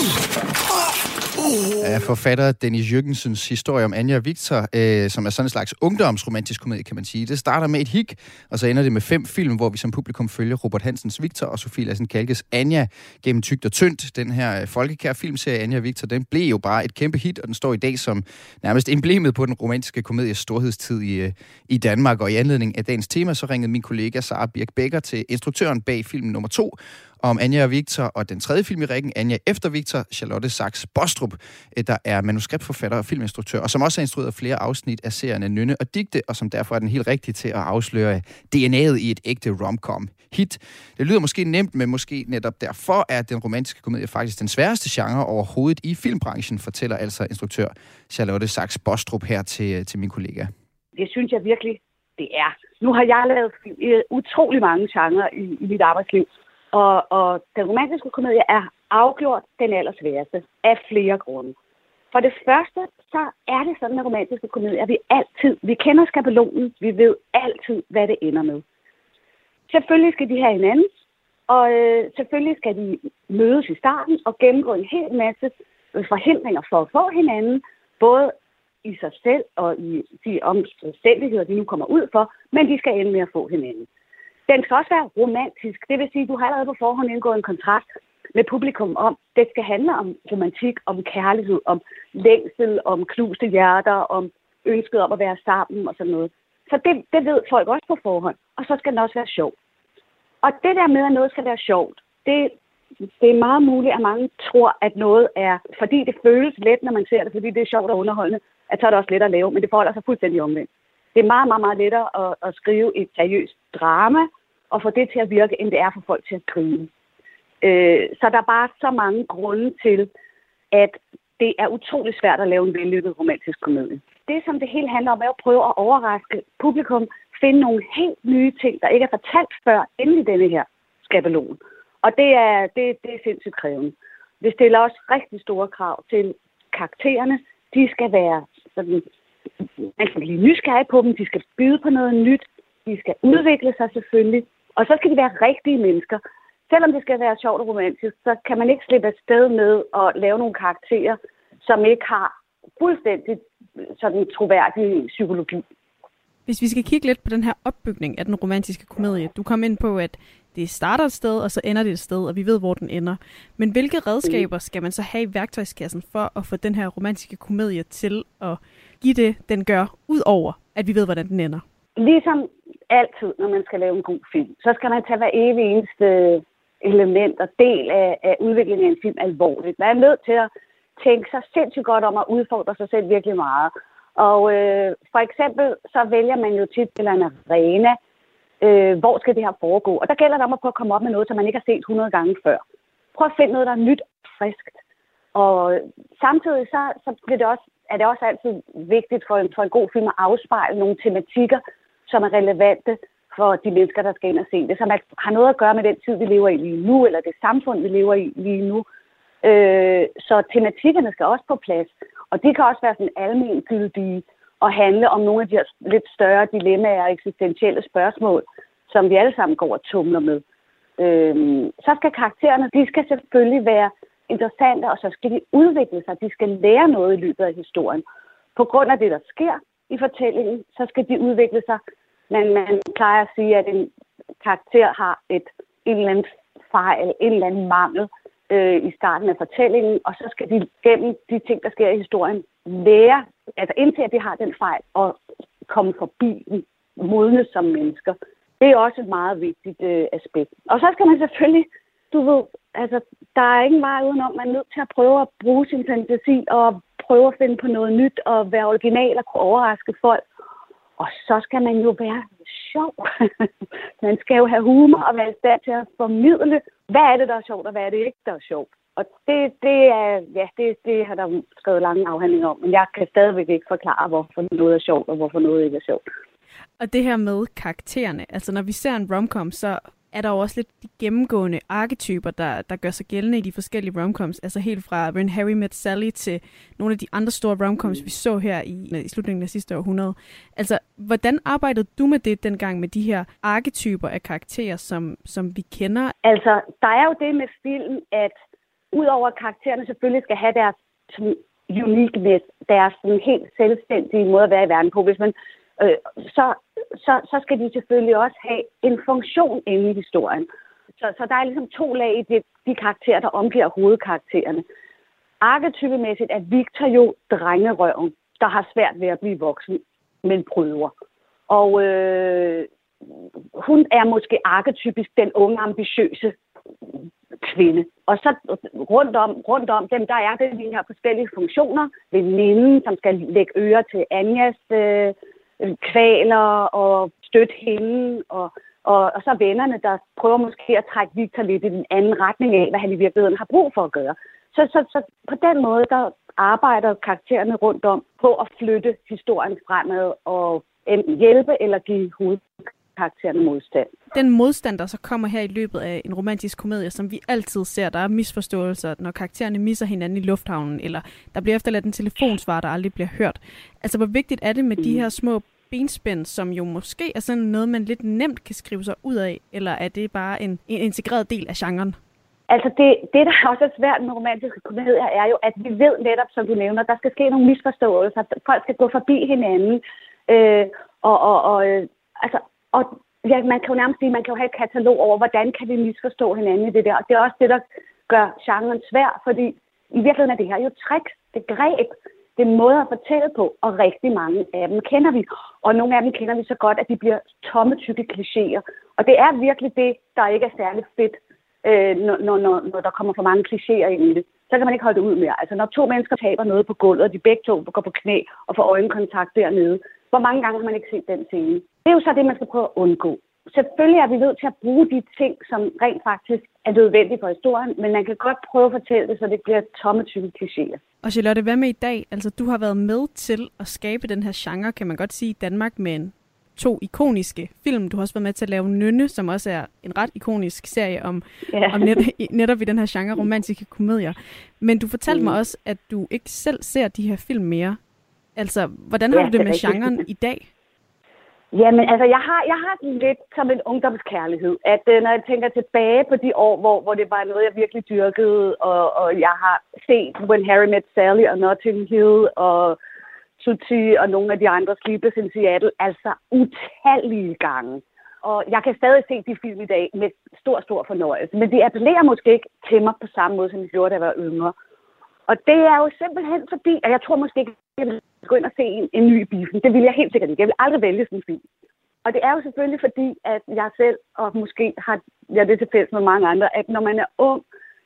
Ja, forfatter Dennis Jürgensens historie om Anja og Victor, øh, som er sådan en slags ungdomsromantisk komedie, kan man sige. Det starter med et hik, og så ender det med fem film, hvor vi som publikum følger Robert Hansens Victor og Sofie Lassen Kalkes Anja gennem tykt og tyndt. Den her folkekære filmserie Anja og Victor, den blev jo bare et kæmpe hit, og den står i dag som nærmest emblemet på den romantiske komedies storhedstid i, i Danmark. Og i anledning af dagens tema, så ringede min kollega Sara Birk Becker til instruktøren bag filmen nummer to, om Anja og Victor, og den tredje film i rækken, Anja efter Victor, Charlotte Sachs Bostrup, der er manuskriptforfatter og filminstruktør, og som også har instrueret flere afsnit af serierne Nynne og Digte, og som derfor er den helt rigtige til at afsløre D N A'et i et ægte romcom hit. Det lyder måske nemt, men måske netop derfor er den romantiske komedie faktisk den sværeste genre overhovedet i filmbranchen, fortæller altså instruktør Charlotte Sachs Bostrup her til, til min kollega.
Det synes jeg virkelig, det er. Nu har jeg lavet utrolig mange genrer i, i mit arbejdsliv, og, og den romantiske komedie er afgjort den allersværeste af flere grunde. For det første, så er det sådan med romantiske komedier, at vi altid, vi kender skabelonen, vi ved altid, hvad det ender med. Selvfølgelig skal de have hinanden, og øh, selvfølgelig skal de mødes i starten og gennemgå en hel masse forhindringer for at få hinanden, både i sig selv og i de omstændigheder, de nu kommer ud for, men de skal ende med at få hinanden. Den skal også være romantisk, det vil sige, at du har allerede på forhånd indgået en kontrakt med publikum om, det skal handle om romantik, om kærlighed, om længsel, om knuste hjerter, om ønsket om at være sammen og sådan noget. Så det, det ved folk også på forhånd, og så skal den også være sjov. Og det der med, at noget skal være sjovt, det, det er meget muligt, at mange tror, at noget er, fordi det føles let, når man ser det, fordi det er sjovt og underholdende, at så er det også let at lave, men det forholder sig fuldstændig omvendt. Det er meget, meget, meget lettere at, at skrive et seriøst drama, og få det til at virke, end det er for folk til at grine. Øh, så der er bare så mange grunde til, at det er utrolig svært at lave en vellykket romantisk komedie. Det, som det hele handler om, er at prøve at overraske publikum, finde nogle helt nye ting, der ikke er fortalt før, inden i denne her skabelon. Og det er, det, det er sindssygt krævende. Det stiller også rigtig store krav til karaktererne. De skal være sådan, man skal blive nysgerrig på dem, de skal byde på noget nyt, de skal udvikle sig selvfølgelig, og så skal de være rigtige mennesker. Selvom det skal være sjovt og romantisk, så kan man ikke slippe afsted med at lave nogle karakterer, som ikke har fuldstændig sådan troværdig psykologi.
Hvis vi skal kigge lidt på den her opbygning af den romantiske komedie, du kom ind på, at det starter et sted, og så ender det et sted, og vi ved, hvor den ender. Men hvilke redskaber skal man så have i værktøjskassen for at få den her romantiske komedie til at give det, den gør, ud over, at vi ved, hvordan den ender?
Ligesom altid, når man skal lave en god film, så skal man tage hver evig eneste element og del af, af udviklingen af en film alvorligt. Man er nødt til at tænke sig sindssygt godt om at udfordre sig selv virkelig meget. Og øh, for eksempel, så vælger man jo tit til en arena, øh, hvor skal det her foregå. Og der gælder det om at prøve at komme op med noget, som man ikke har set hundrede gange før. Prøv at finde noget, der er nyt og friskt. Og samtidig så, så bliver det også, er det også altid vigtigt for en, for en god film at afspejle nogle tematikker, som er relevante for de mennesker, der skal ind og se det. Som har noget at gøre med den tid, vi lever i lige nu, eller det samfund, vi lever i lige nu. Øh, så tematikkerne skal også på plads. Og de kan også være sådan almengyldige og handle om nogle af de her lidt større dilemmaer og eksistentielle spørgsmål, som vi alle sammen går og tumler med. Øhm, så skal karaktererne, de skal selvfølgelig være interessante, og så skal de udvikle sig. De skal lære noget i løbet af historien. På grund af det, der sker i fortællingen, så skal de udvikle sig. Men man plejer at sige, at en karakter har et, en eller anden fejl, en eller anden mangel øh, i starten af fortællingen, og så skal de gennem de ting, der sker i historien, lære, altså indtil at de har den fejl, og komme forbi den, modne som mennesker. Det er også et meget vigtigt øh, aspekt. Og så skal man selvfølgelig, du ved, altså, der er ingen vej udenom, man er nødt til at prøve at bruge sin fantasi, og prøve at finde på noget nyt, og være original og kunne overraske folk. Og så skal man jo være sjov. Man skal jo have humor og være i stand til at formidle, hvad er det, der er sjovt, og hvad er det ikke, der er sjovt. Og det, det, er, ja, det, det har der skrevet lange afhandlinger om, men jeg kan stadigvæk ikke forklare, hvorfor noget er sjovt, og hvorfor noget ikke er sjovt.
Og det her med karaktererne, altså når vi ser en romcom, så er der jo også lidt de gennemgående arketyper, der, der gør sig gældende i de forskellige romcoms. Altså helt fra When Harry Met Sally til nogle af de andre store romcoms, vi så her i, i slutningen af sidste århundrede. Altså, hvordan arbejdede du med det dengang, med de her arketyper af karakterer, som, som vi kender?
Altså, der er jo det med film, at udover at karaktererne selvfølgelig skal have deres uniqueness, deres sådan helt selvstændige måde at være i verden på, hvis man Øh, så, så, så skal de selvfølgelig også have en funktion inde i historien. Så, så der er ligesom to lag i de, de karakterer, der omgiver hovedkaraktererne. Arketypemæssigt er Victor jo drengerøven, der har svært ved at blive voksen, men prøver. Og øh, hun er måske arketypisk den unge, ambitiøse kvinde. Og så rundt om, rundt om dem, der er det de her forskellige funktioner. Veninden, som skal lægge øre til Anjas øh, kvaler og støtte hende, og, og, og så vennerne, der prøver måske at trække Victor lidt i den anden retning af, hvad han i virkeligheden har brug for at gøre. Så, så, så på den måde, der arbejder karaktererne rundt om på at flytte historien fremad og enten hjælpe eller give hovedkaraktererne modstand.
Den modstand, der så kommer her i løbet af en romantisk komedie, som vi altid ser, der er misforståelser, når karaktererne misser hinanden i lufthavnen, eller der bliver efterladt en telefonsvar, der aldrig bliver hørt. Altså, hvor vigtigt er det med mm. de her små benspænd, som jo måske er sådan noget, man lidt nemt kan skrive sig ud af, eller er det bare en, en integreret del af genren?
Altså det, det, der også er svært med romantiske komedier, er jo, at vi ved netop, som du nævner, der skal ske nogle misforståelser. Folk skal gå forbi hinanden. Øh, og, og, og, altså, og ja, man kan jo nærmest sige, man kan jo have et katalog over, hvordan kan vi misforstå hinanden i det der. Og det er også det, der gør genren svær, fordi i virkeligheden er det her jo tricks, det er greb, det er måder at fortælle på, og rigtig mange af dem kender vi. Og nogle af dem kender vi så godt, at de bliver tomme, tykke klichéer. Og det er virkelig det, der ikke er særlig fedt. Når, når, når der kommer for mange klichéer ind i det, så kan man ikke holde det ud mere. Altså når to mennesker taber noget på gulvet, og de begge to går på knæ og får øjenkontakt dernede, hvor mange gange har man ikke set den scene? Det er jo så det, man skal prøve at undgå. Selvfølgelig er vi nødt til at bruge de ting, som rent faktisk er nødvendige for historien, men man kan godt prøve at fortælle det, så det bliver tomme type klichéer.
Og Charlotte, hvad med i dag? Altså du har været med til at skabe den her genre, kan man godt sige, i Danmark med en to ikoniske film. Du har også været med til at lave Nynne, som også er en ret ikonisk serie om, yeah. om net, netop i den her genre romantiske komedier. Men du fortalte mm. mig også, at du ikke selv ser de her film mere. Altså, hvordan har ja, du det med det genren i dag?
Jamen, altså, jeg har, jeg har det lidt som en ungdomskærlighed. At øh, når jeg tænker tilbage på de år, hvor, hvor det var noget, jeg virkelig dyrkede, og, og jeg har set When Harry Met Sally og Notting Hill og Tutti og nogle af de andre, Sleepless in Seattle, altså utallige gange. Og jeg kan stadig se de film i dag med stor, stor fornøjelse. Men de appellerer måske ikke til mig på samme måde, som de gjorde, da jeg var yngre. Og det er jo simpelthen fordi, at jeg tror måske ikke, at jeg vil gå ind og se en, en ny Biffen. Det vil jeg helt sikkert ikke. Jeg vil aldrig vælge sådan en film. Og det er jo selvfølgelig fordi, at jeg selv, og måske har jeg det til fælles med mange andre, at når man er ung,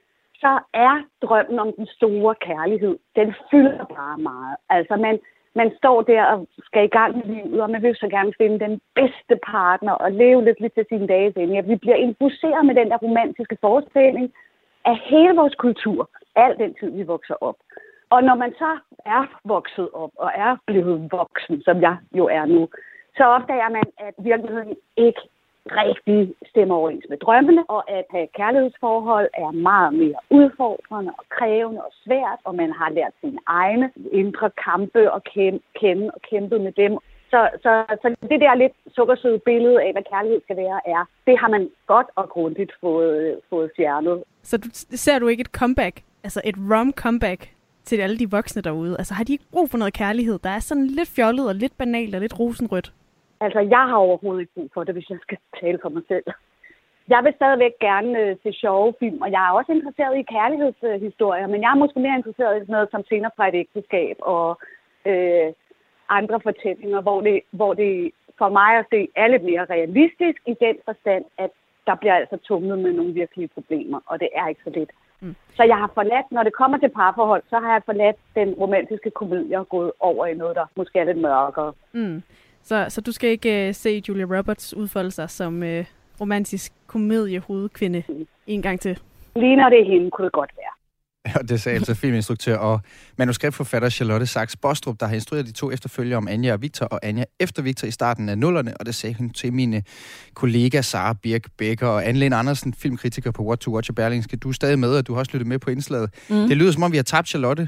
så er drømmen om den store kærlighed, den fylder bare meget. Altså man... Man står der og skal i gang med livet, og man vil så gerne finde den bedste partner og leve lidt, lidt til sine dages ende. Vi bliver infuseret med den der romantiske forestilling af hele vores kultur, al den tid, vi vokser op. Og når man så er vokset op og er blevet voksen, som jeg jo er nu, så opdager man, at virkeligheden ikke rigtig stemmer overens med drømmene, og at have kærlighedsforhold er meget mere udfordrende og krævende og svært, og man har lært sine egne indre kampe og kende og kæmpet med dem. Så, så, så det der lidt sukkersøde billede af, hvad kærlighed skal være, er, det har man godt og grundigt fået, fået fjernet.
Så du, ser du ikke et comeback, altså et rom-comeback til alle de voksne derude? Altså har de ikke brug for noget kærlighed, der er sådan lidt fjollet og lidt banalt og lidt rosenrødt?
Altså, jeg har overhovedet ikke brug for det, hvis jeg skal tale for mig selv. Jeg vil stadigvæk gerne øh, se sjove film, og jeg er også interesseret i kærlighedshistorier, øh, men jeg er måske mere interesseret i noget som Scener fra et ægteskab og øh, andre fortællinger, hvor det, hvor det for mig at se er lidt mere realistisk i den forstand, at der bliver altså tumlet med nogle virkelige problemer, og det er ikke så lidt. Mm. Så jeg har forladt, når det kommer til parforhold, så har jeg forladt den romantiske komedie og gået over i noget, der måske er lidt mørkere.
Mm. Så, så du skal ikke uh, se Julia Roberts udfolde sig som uh, romantisk komedie-hovedkvinde mm. en gang til?
Lige når det er hende, kunne det godt være.
Og det sagde altså filminstruktør og manuskriptforfatter Charlotte Sachs Bostrup, der har instrueret de to efterfølgere om Anja og Victor, og Anja efter Victor i starten af nullerne, og det sagde hun til mine kollega Sara Birk Becker og Anne-Lene Andersen, filmkritiker på What to Watch og Berlingske. Du er stadig med, og du har også lyttet med på indslaget. Mm. Det lyder som om, vi har tabt Charlotte.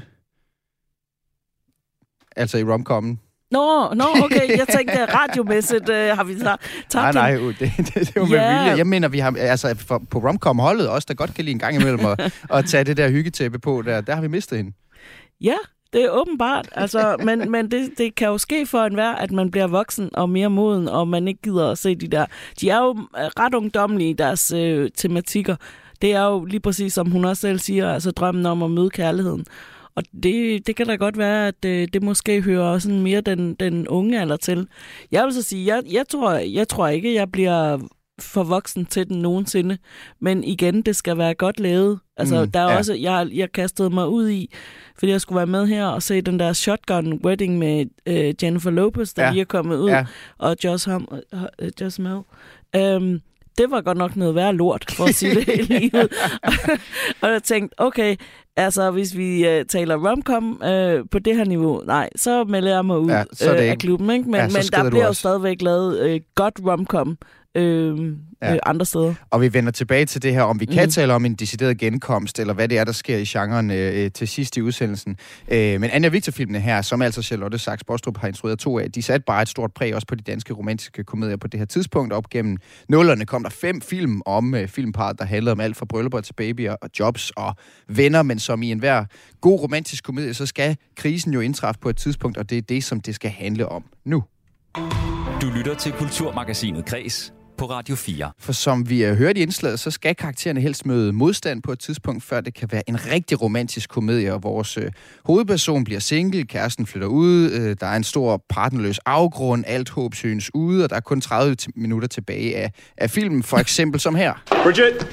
Altså i romcommen.
Nå, nå, okay. Jeg tænkte, radiomæssigt uh, har vi tabt.
Nej, nej, det, det, det er jo yeah. med vilje. Jeg mener, vi har, altså for, på romcom-holdet også, der godt kan lide en gang imellem at, at tage det der hyggetæppe på, der, der har vi mistet hende.
Ja, det er åbenbart. Altså, men men det, det kan jo ske for enhver, at man bliver voksen og mere moden, og man ikke gider at se de der. De er jo ret ungdommelige i deres øh, tematikker. Det er jo lige præcis, som hun også selv siger, altså drømmen om at møde kærligheden. Og det, det kan da godt være, at det, det måske hører sådan mere den, den unge alder til. Jeg vil så sige, jeg, jeg, tror, jeg tror ikke, jeg bliver for voksen til den nogensinde. Men igen, det skal være godt lavet. Altså,
Mm,
der er
ja.
også, jeg, jeg kastede mig ud i, fordi jeg skulle være med her og se den der Shotgun Wedding med øh, Jennifer Lopez, der
Ja.
lige er kommet ud,
Ja.
og Josh Ham, øh, Josh Mel. Øhm, det var godt nok noget værre lort, for at sige det lige ud. Og jeg tænkte, okay, altså hvis vi øh, taler romcom øh, på det her niveau, nej, så melder jeg mig ud
Ja, så er det
øh, af
ikke-
klubben, ikke? Men,
Ja, så
men
skrider
der
du
bliver jo
også.
stadigvæk lavet øh, godt romcom øh,
Ja.
øh, andre steder.
Og vi vender tilbage til det her, om vi kan
Mm.
tale om en decideret genkomst, eller hvad det er, der sker i genren øh, til sidst i udsendelsen. Øh, men Anja Victor-filmene her, som altså Charlotte Sachs Bostrup har instrueret to af, de satte bare et stort præg også på de danske romantiske komedier på det her tidspunkt. Op gennem nullerne kom der fem film om øh, filmparret, der handlede om alt fra bryllupper til babyer og jobs og venner, men som i enhver god romantisk komedie, så skal krisen jo indtræffe på et tidspunkt, og det er det, som det skal handle om nu.
Du lytter til Kulturmagasinet Kres på Radio fire.
For som vi har hørt i indslaget, så skal karaktererne helst møde modstand på et tidspunkt, før det kan være en rigtig romantisk komedie, og vores øh, hovedperson bliver single, kæresten flytter ud, øh, der er en stor partnerløs afgrund, alt håb synes ude, og der er kun tredive t- minutter tilbage af, af filmen, for eksempel som her.
Bridget!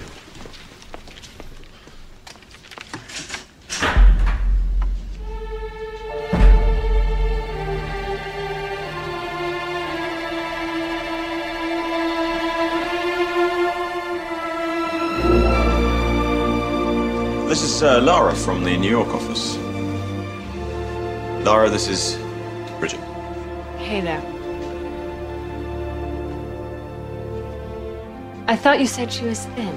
This is uh, Lara from the New York office. Lara, this is Bridget.
Hey there. I thought you said she was thin.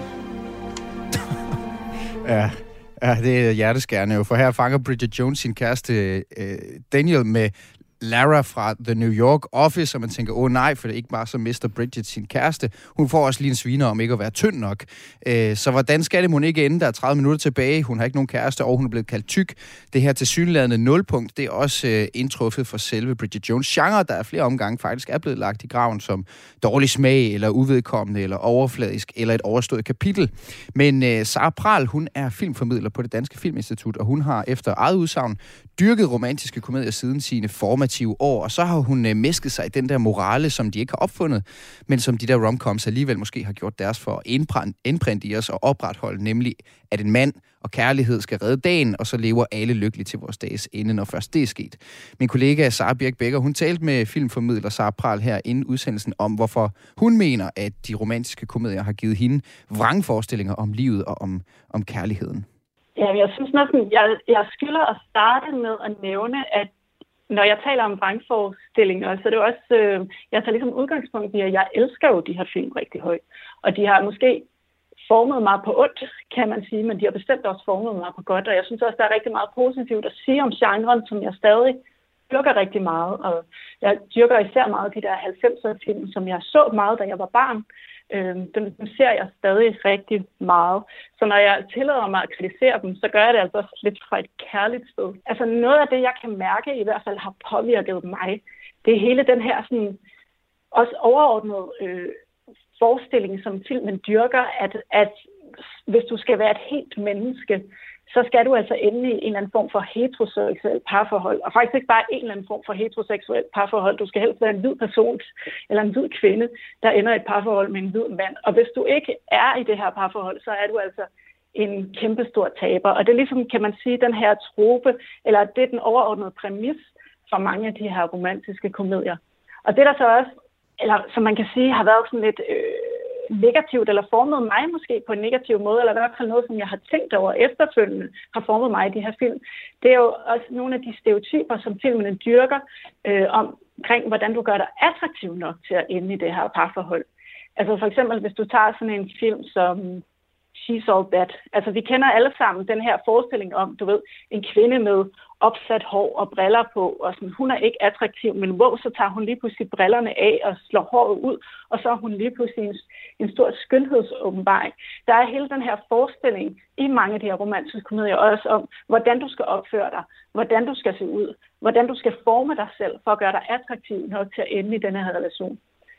Ja, ja, det er hjerteskærende jo, for her fanger Bridget Jones sin kæreste øh, Daniel med Lara fra The New York Office, og man tænker, åh nej, for det er ikke bare så mister Bridget sin kæreste. Hun får også lige en sviner om ikke at være tynd nok. Øh, så hvordan skal det mon ikke ende? Der er tredive minutter tilbage, hun har ikke nogen kæreste, og hun er blevet kaldt tyk. Det her tilsyneladende nulpunkt, det er også øh, indtruffet for selve Bridget Jones genre, der er flere omgange faktisk er blevet lagt i graven som dårlig smag, eller uvedkommende, eller overfladisk, eller et overstået kapitel. Men øh, Sara Prahl, hun er filmformidler på det Danske Filminstitut, og hun har efter eget udsagn dyrket romantiske komedier siden sine formative år, og så har hun øh, mæsket sig i den der morale, som de ikke har opfundet, men som de der romcoms alligevel måske har gjort deres for at indprinte, indprinte i os og opretholde, nemlig at en mand og kærlighed skal redde dagen, og så lever alle lykkeligt til vores dages ende, når først det er sket. Min kollega Sara Birk Becker, hun talte med filmformidler Sara Prahl her inden udsendelsen om, hvorfor hun mener, at de romantiske komedier har givet hende vrangforestillinger om livet og om, om kærligheden.
Ja, jeg synes næsten, jeg, jeg skylder at starte med at nævne, at når jeg taler om vrangforestillinger, så er det også, øh, jeg tager ligesom udgangspunkt i, at jeg elsker jo de her film rigtig højt. Og de har måske formet mig på ondt, kan man sige, men de har bestemt også formet mig på godt. Og jeg synes også, der er rigtig meget positivt at sige om genren, som jeg stadig dyrker rigtig meget. Og jeg dyrker især meget de der halvfemser film, som jeg så meget, da jeg var barn. Øhm, dem, dem ser jeg stadig rigtig meget. Så når jeg tillader mig at kritisere dem, så gør jeg det altså også lidt fra et kærligt sted. Altså noget af det, jeg kan mærke i hvert fald har påvirket mig, det er hele den her sådan, også overordnede øh, forestilling, som filmen dyrker, at, at hvis du skal være et helt menneske, så skal du altså ende i en eller anden form for heteroseksuel parforhold. Og faktisk ikke bare en eller anden form for heteroseksuel parforhold. Du skal helst være en hvid person eller en hvid kvinde, der ender i et parforhold med en hvid mand. Og hvis du ikke er i det her parforhold, så er du altså en kæmpestor taber. Og det er ligesom, kan man sige, den her trope, eller det er den overordnede præmis for mange af de her romantiske komedier. Og det der så også, eller som man kan sige, har været sådan lidt øh, negativt, eller formet mig måske på en negativ måde, eller i hvert fald noget, som jeg har tænkt over efterfølgende, har formet mig i de her film. Det er jo også nogle af de stereotyper, som filmene dyrker, øh, omkring, hvordan du gør dig attraktiv nok til at ende i det her parforhold. Altså for eksempel, hvis du tager sådan en film som She's All That. Altså vi kender alle sammen den her forestilling om, du ved, en kvinde med opsat hår og briller på, og sådan, hun er ikke attraktiv, men wow, så tager hun lige pludselig brillerne af og slår håret ud, og så er hun lige pludselig en, en stor skønhedsåbenbaring. Der er hele den her forestilling i mange af de her romantiske komedier også om, hvordan du skal opføre dig, hvordan du skal se ud, hvordan du skal forme dig selv for at gøre dig attraktiv nok til at ende i den her relation.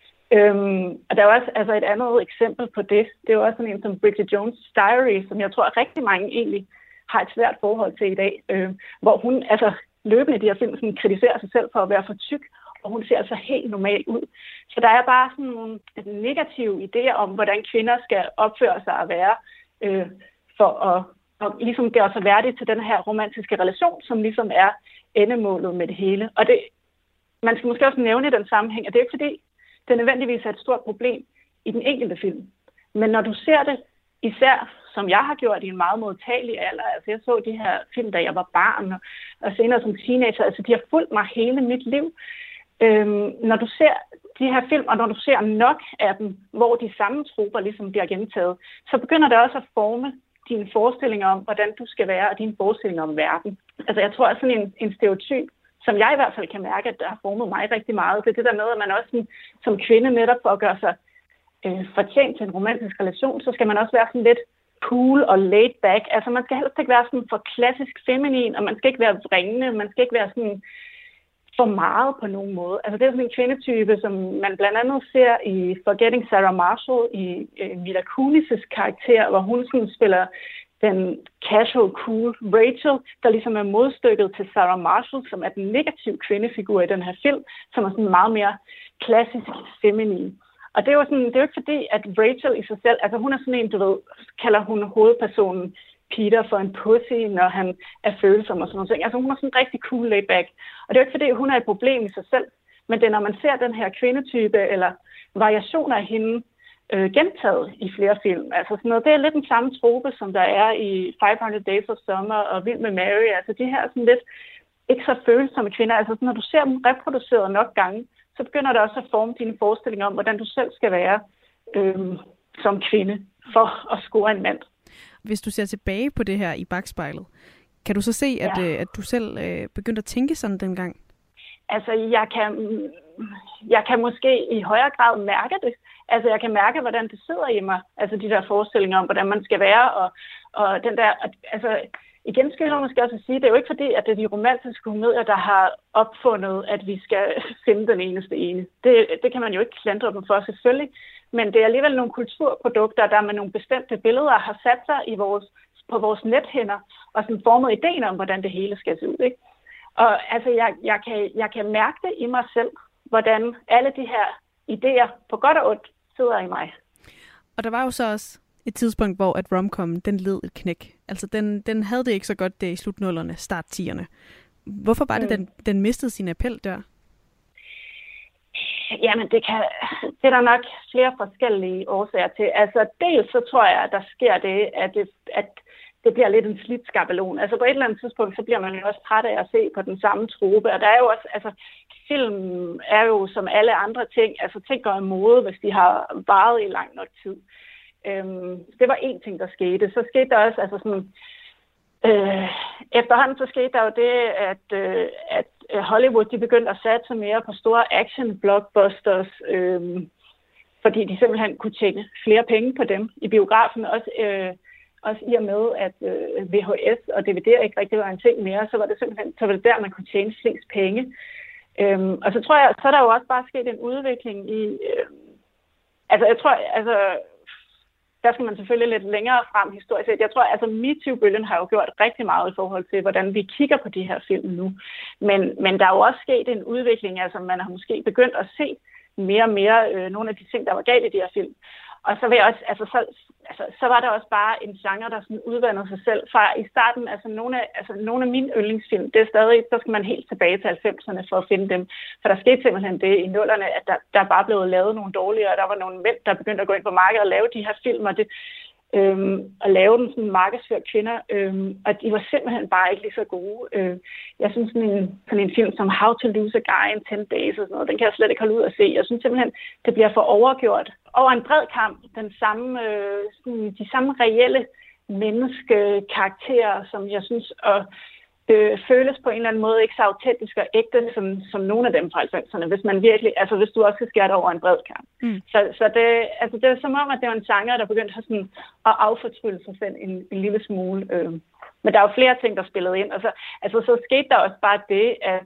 Øhm, og der er også altså et andet eksempel på det. Det er jo også sådan en som Bridget Jones' Diary, som jeg tror rigtig mange egentlig har et svært forhold til i dag, øh, hvor hun altså løbende i de her film sådan, kritiserer sig selv for at være for tyk og hun ser altså helt normal ud. Så der er bare sådan nogle negative idéer om, hvordan kvinder skal opføre sig og være, øh, for at og ligesom gøre sig værdige til den her romantiske relation, som ligesom er endemålet med det hele. Og det, man skal måske også nævne i den sammenhæng, at det er ikke fordi, det nødvendigvis er et stort problem i den enkelte film. Men når du ser det, især som jeg har gjort i en meget modtagelig alder, altså jeg så de her film, da jeg var barn, og, og senere som teenager, altså de har fulgt mig hele mit liv. Øhm, når du ser de her film, og når du ser nok af dem, hvor de samme troper ligesom bliver gentaget, så begynder det også at forme dine forestillinger om, hvordan du skal være, og dine forestillinger om verden. Altså jeg tror, at sådan en, en stereotyp, som jeg i hvert fald kan mærke, at der har formet mig rigtig meget, det er det der med, at man også sådan, som kvinde netop for at gøre sig øh, fortjent til en romantisk relation, så skal man også være sådan lidt cool og laid back. Altså man skal helst ikke være sådan for klassisk feminin, og man skal ikke være vringende, man skal ikke være sådan for meget på nogen måde. Altså det er sådan en kvindetype, som man blandt andet ser i Forgetting Sarah Marshall, i øh, Mila Kunis' karakter, hvor hun sådan spiller den casual, cool Rachel, der ligesom er modstykket til Sarah Marshall, som er den negative kvindefigur i den her film, som er sådan meget mere klassisk feminin. Og det er jo sådan, det er jo ikke fordi, at Rachel i sig selv, altså hun er sådan en, du ved, kalder hun hovedpersonen Peter for en pussy, når han er følsom og sådan noget. Altså hun er sådan en rigtig cool laid back. Og det er jo ikke fordi, hun er et problem i sig selv, men det er, når man ser den her kvindetype eller variationer af hende øh, gentaget i flere film. Altså sådan noget, det er lidt den samme trope, som der er i five hundred Days of Summer og Vild med Mary. Altså de her sådan lidt ikke så følsomme kvinder. Altså sådan, når du ser dem reproduceret nok gange, så begynder det også at forme dine forestillinger om, hvordan du selv skal være øh, som kvinde for at score en mand.
Hvis du ser tilbage på det her i bagspejlet, kan du så se, at, ja. øh, at du selv øh, begyndte at tænke sådan dengang?
Altså, jeg kan, jeg kan måske i højere grad mærke det. Altså, jeg kan mærke, hvordan det sidder i mig. Altså, de der forestillinger om, hvordan man skal være. Og, og den der, altså, igen skal jeg måske også sige, det er jo ikke fordi, at det er de romantiske komedier, der har opfundet, at vi skal finde den eneste ene. Det, det kan man jo ikke klandre dem for, selvfølgelig. Men det er alligevel nogle kulturprodukter, der med nogle bestemte billeder har sat sig i vores, på vores nethænder og sådan formet idéen om, hvordan det hele skal se ud. Ikke? Og altså, jeg, jeg, kan, jeg kan mærke det i mig selv, hvordan alle de her idéer på godt og ondt sidder i mig.
Og der var jo så også et tidspunkt, hvor at romcom, den led et knæk. Altså, den, den havde det ikke så godt der i slutnullerne, start-tierne. Hvorfor var det, mm. den, den mistede sin appel der?
Jamen, det, kan, det er der nok flere forskellige årsager til. Altså, dels så tror jeg, at der sker det, at det, at det bliver lidt en slidt skabelon. Altså, på et eller andet tidspunkt, så bliver man jo også træt af at se på den samme trope. Og der er jo også, altså, film er jo som alle andre ting, altså ting går i mode, hvis de har varet i lang nok tid. Øhm, det var én ting, der skete. Så skete der også, altså sådan, øh, efterhånden så skete der jo det, at, øh, at Hollywood, de begyndte at satse mere på store action-blockbusters, øh, fordi de simpelthen kunne tjene flere penge på dem i biografen. Også, øh, også i og med, at øh, V H S og D V D ikke rigtig var en ting mere, så var det simpelthen så var det der, man kunne tjene flest penge. Øh, og så tror jeg, så er der jo også bare sket en udvikling i... Øh, altså, jeg tror... altså der skal man selvfølgelig lidt længere frem historisk set. Jeg tror, altså MeToo-bølgen har jo gjort rigtig meget i forhold til, hvordan vi kigger på de her film nu. Men, men der er jo også sket en udvikling, altså man har måske begyndt at se mere og mere øh, nogle af de ting, der var galt i de her film. Og så, vil jeg også, altså, så, altså, så var der også bare en genre, der sådan udvandrede sig selv. Fra i starten, altså nogle af, altså, nogle af mine yndlingsfilm, det er stadig, så skal man helt tilbage til halvfemserne for at finde dem. For der skete simpelthen det i nullerne, at der, der bare blev lavet nogle dårligere, og der var nogle mænd, der begyndte at gå ind på markedet og lave de her film, og, det, øhm, og lave dem sådan markedsført kvinder, øhm, og de var simpelthen bare ikke lige så gode. Øh, jeg synes sådan en, sådan en film som How to Lose a Guy in ten days og sådan noget, den kan jeg slet ikke holde ud at se. Jeg synes simpelthen, det bliver for overgjort. Over en bred kamp, den samme, øh, sådan, de samme reelle menneskekarakterer, som jeg synes og, øh, føles på en eller anden måde ikke så autentisk og ægte, som, som nogle af dem fra halvfemserne, hvis man virkelig, altså hvis du også skal skære det over en bred kamp. Mm. Så, så det, altså, det er som om, at det var en genre, der begyndte at, sådan, at affortrylle sig selv en, en lille smule. Øh. Men der er jo flere ting, der spillede ind. Og så, altså, så skete der også bare det, at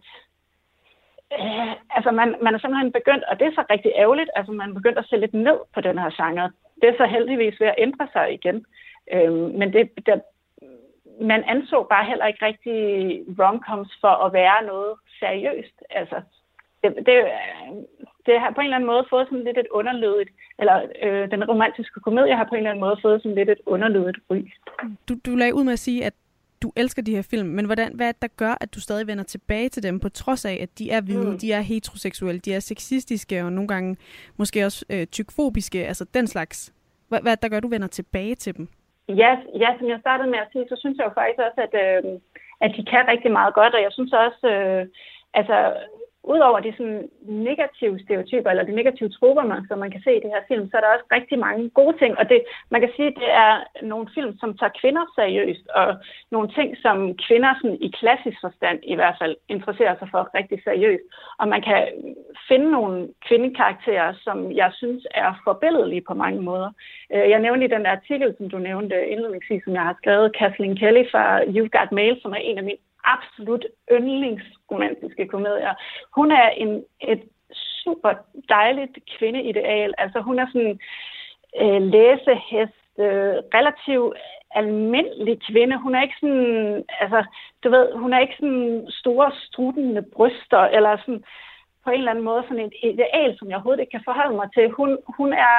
Øh, altså man, man er simpelthen begyndt, og det er så rigtig ærgerligt, altså man er begyndt at se lidt ned på den her genre. Det er så heldigvis ved at ændre sig igen. Øh, men det, der, man anså bare heller ikke rigtig romcoms for at være noget seriøst. Altså, det, det, det har på en eller anden måde fået sådan lidt et underlødigt, eller øh, den romantiske komedie har på en eller anden måde fået sådan lidt et underlødigt ry.
Du, du lagde ud med at sige, at du elsker de her film, men hvordan, hvad er det, der gør, at du stadig vender tilbage til dem, på trods af, at de er hvide, mm. de er heteroseksuelle, de er sexistiske, og nogle gange måske også øh, tykfobiske, altså den slags. Hvad, hvad er det, der gør, at du vender tilbage til dem?
Ja, ja, som jeg startede med at sige, så synes jeg jo faktisk også, at, øh, at de kan rigtig meget godt, og jeg synes også, øh, altså, udover de sådan negative stereotyper, eller de negative troper, som man kan se i det her film, så er der også rigtig mange gode ting. Og det, man kan sige, det er nogle film, som tager kvinder seriøst, og nogle ting, som kvinder sådan, i klassisk forstand i hvert fald interesserer sig for rigtig seriøst. Og man kan finde nogle kvindekarakterer, som jeg synes er forbilledelige på mange måder. Jeg nævnte i den der artikel, som du nævnte indledningsvis, som jeg har skrevet, Kathleen Kelly fra You've Got Mail, som er en af mine absolut yndlingsromantiske komedier. Hun er en, et super dejligt kvindeideal. Altså hun er sådan øh, læsehest, øh, relativt almindelig kvinde. Hun er ikke sådan, altså du ved, hun er ikke sådan store struttende bryster, eller sådan på en eller anden måde sådan et ideal, som jeg overhovedet ikke kan forholde mig til. Hun, hun er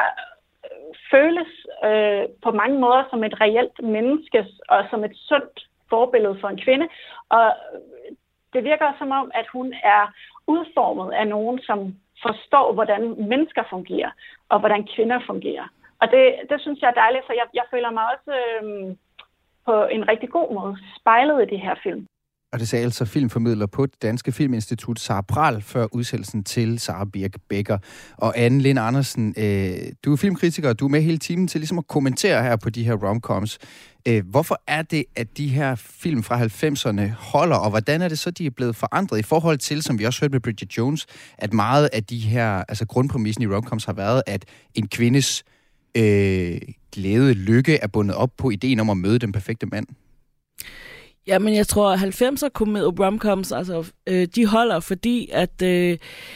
føles øh, på mange måder som et reelt menneske, og som et sundt forbillede for en kvinde, og det virker som om, at hun er udformet af nogen, som forstår, hvordan mennesker fungerer, og hvordan kvinder fungerer. Og det, det synes jeg er dejligt, så jeg, jeg føler mig også øh, på en rigtig god måde spejlet i de her film.
Og det sagde altså filmformidler på det Danske Filminstitut, Sara Bral, før udsendelsen til Sara Birk Becker. Og Anne Lind Andersen, øh, du er filmkritiker, og du er med hele timen til ligesom at kommentere her på de her romcoms. Øh, hvorfor er det, at de her film fra halvfemserne holder, og hvordan er det så, de er blevet forandret i forhold til, som vi også hørte med Bridget Jones, at meget af de her, altså grundpræmissen i romcoms har været, at en kvindes øh, glæde, lykke er bundet op på ideen om at møde den perfekte mand?
Ja, men jeg tror, at halvfemser romcoms, altså, øh, de holder, fordi at, øh,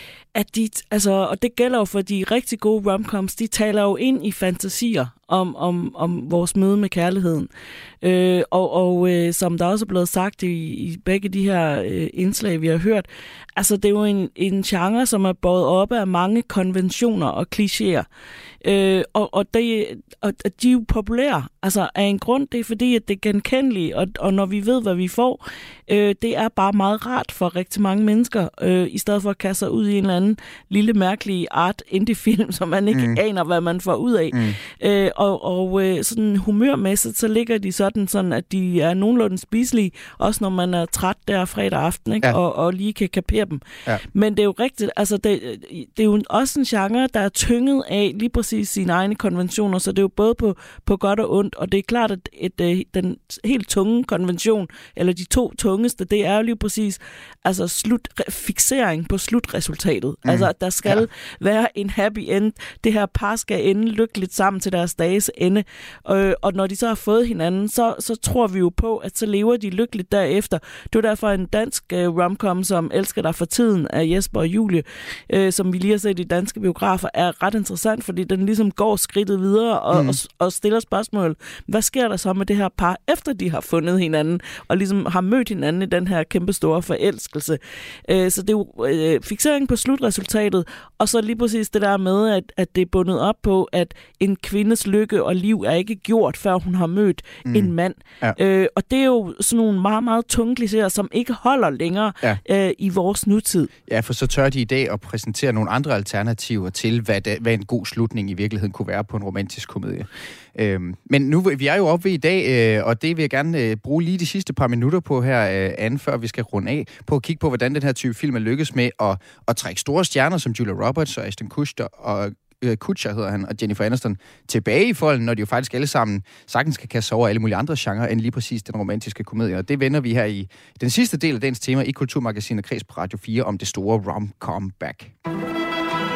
at de, altså, og det gælder jo for de rigtig gode romcoms, de taler jo ind i fantasier om, om, om vores møde med kærligheden. Øh, og og øh, som der også er blevet sagt i, i begge de her øh, indslag, vi har hørt, altså det er jo en, en genre, som er båret op af mange konventioner og klichéer. Øh, og, og, det, og de er jo populære, altså af en grund, det er fordi, at det er genkendeligt, og, og når vi ved, hvad vi får, øh, det er bare meget rart for rigtig mange mennesker, øh, i stedet for at kaste sig ud i en eller anden lille mærkelig art indie-film, som man ikke mm. aner, hvad man får ud af. Mm. Øh, og og øh, sådan humørmæssigt, så ligger de sådan, sådan, at de er nogenlunde spiselige, også når man er træt der fredag aften, ikke? Ja. Og, og lige kan kapere dem. Ja. Men det er jo rigtigt, altså det, det er jo også en genre, der er tynget af lige præcis sine egne konventioner, så det er jo både på, på godt og ondt, og det er klart, at et, et, den helt tunge konvention, eller de to tungeste, det er jo lige præcis altså slut, fixering på slutresultatet. Mm. Altså, at der skal ja. være en happy end. Det her par skal ende lykkeligt sammen til deres dages ende. Øh, og når de så har fået hinanden, så, så tror vi jo på, at så lever de lykkeligt derefter. Det er derfor en dansk uh, romcom, som Elsker dig for tiden af Jesper og Julie, øh, som vi lige har set i danske biografer, er ret interessant, fordi den ligesom går skridtet videre og, mm. og, og stiller spørgsmål. Hvad sker der så med det her par, efter de har fundet hinanden, og ligesom har mødt hinanden i den her kæmpe store forelskelse? Øh, så det er jo øh, fiksering på slutresultatet, og så lige præcis det der med, at, at det er bundet op på, at en kvindes lykke og liv er ikke gjort, før hun har mødt mm. en mand. Ja. Øh, og det er jo sådan nogle meget, meget tunge klichéer, som ikke holder længere ja. øh, i vores nutid.
Ja, for så tør de i dag at præsentere nogle andre alternativer til, hvad, det, hvad en god slutning i virkeligheden kunne være på en romantisk komedie. Øhm, men nu, vi er jo oppe ved i dag, øh, og det vil jeg gerne øh, bruge lige de sidste par minutter på her, øh, Anne, før vi skal runde af, på at kigge på, hvordan den her type film er lykkes med at, at trække store stjerner som Julia Roberts og Ashton Kutcher og øh, Kutcher hedder han, og Jennifer Aniston tilbage i folden, når de jo faktisk alle sammen sagtens kan kaste over alle mulige andre genrer end lige præcis den romantiske komedie. Og det vender vi her i den sidste del af dagens tema i Kulturmagasinet Kreds på Radio fire om det store rom-comeback.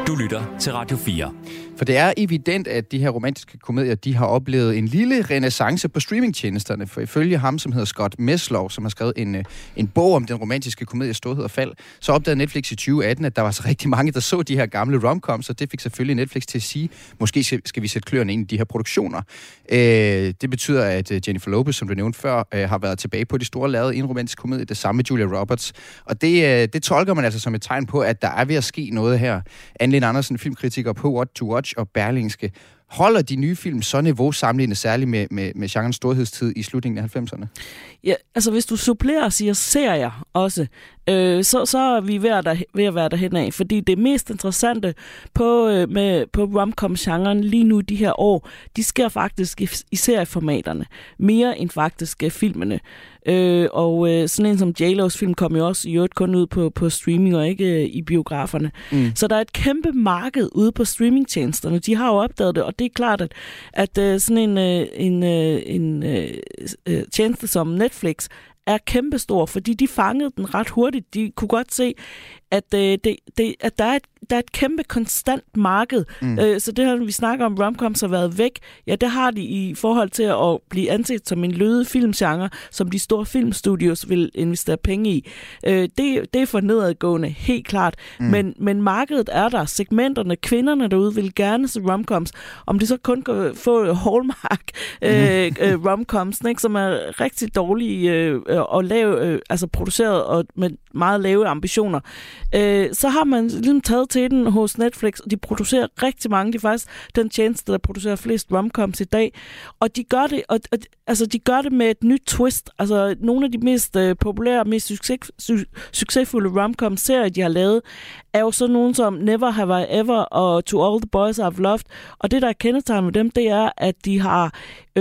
Du lytter til Radio fire.
For det er evident, at de her romantiske komedier, de har oplevet en lille renaissance på streamingtjenesterne. For ifølge ham, som hedder Scott Meslov, som har skrevet en, en bog om den romantiske komedie Storhed og Fald, så opdagede Netflix i tyve atten, at der var så rigtig mange, der så de her gamle romcoms, og det fik selvfølgelig Netflix til at sige, måske skal vi sætte kløerne ind i de her produktioner. Øh, det betyder, at Jennifer Lopez, som du nævnte før, øh, har været tilbage på de store lavede i en romantisk komedie, det samme med Julia Roberts. Og det, øh, det tolker man altså som et tegn på, at der er ved at ske noget her. Anne-Lene Andersen, filmkritiker på What to Watch og Berlingske. Holder de nye film så niveau sammenlignet særligt med, med, med genrens storhedstid i slutningen af halvfemserne?
Ja, altså hvis du supplerer og siger serier også, øh, så, så er vi ved at, der, ved at være derhen af, fordi det mest interessante på, øh, med, på rom-com-genren lige nu de her år, de sker faktisk i, i serieformaterne, mere end faktisk øh, filmene. Øh, og øh, sådan en som J-Lo's film kom jo også i øvrigt kun ud på, på streaming og ikke øh, i biograferne. Mm. Så der er et kæmpe marked ude på streamingtjenesterne. De har jo opdaget det, og det er klart, at, at øh, sådan en, øh, en, øh, en øh, tjeneste som Netflix er kæmpestor, fordi de fangede den ret hurtigt. De kunne godt se, at, øh, det, det, at der, er et, der er et kæmpe konstant marked. Mm. Øh, så det her, vi snakker om, romcoms har været væk, ja, det har de i forhold til at blive anset som en løde filmgenre, som de store filmstudios vil investere penge i. Øh, det, det er for nedadgående, helt klart. Mm. Men, men markedet er der. Segmenterne, kvinderne derude vil gerne se romcoms. Om de så kun kan få Hallmark øh, mm. øh, romcoms, ikke, som er rigtig dårlige øh, og lave, øh, altså produceret og med meget lave ambitioner, øh, så har man ligesom taget til den hos Netflix, og de producerer rigtig mange. De er faktisk den tjeneste, der producerer flest romcoms i dag. Og de gør det, og, og, altså, de gør det med et nyt twist. Altså, nogle af de mest øh, populære, mest succes, su- succesfulde romcom-serier, de har lavet, er jo så nogen som Never Have I Ever og To All the Boys I've Loved. Og det, der er kendetegnet med dem, det er, at de har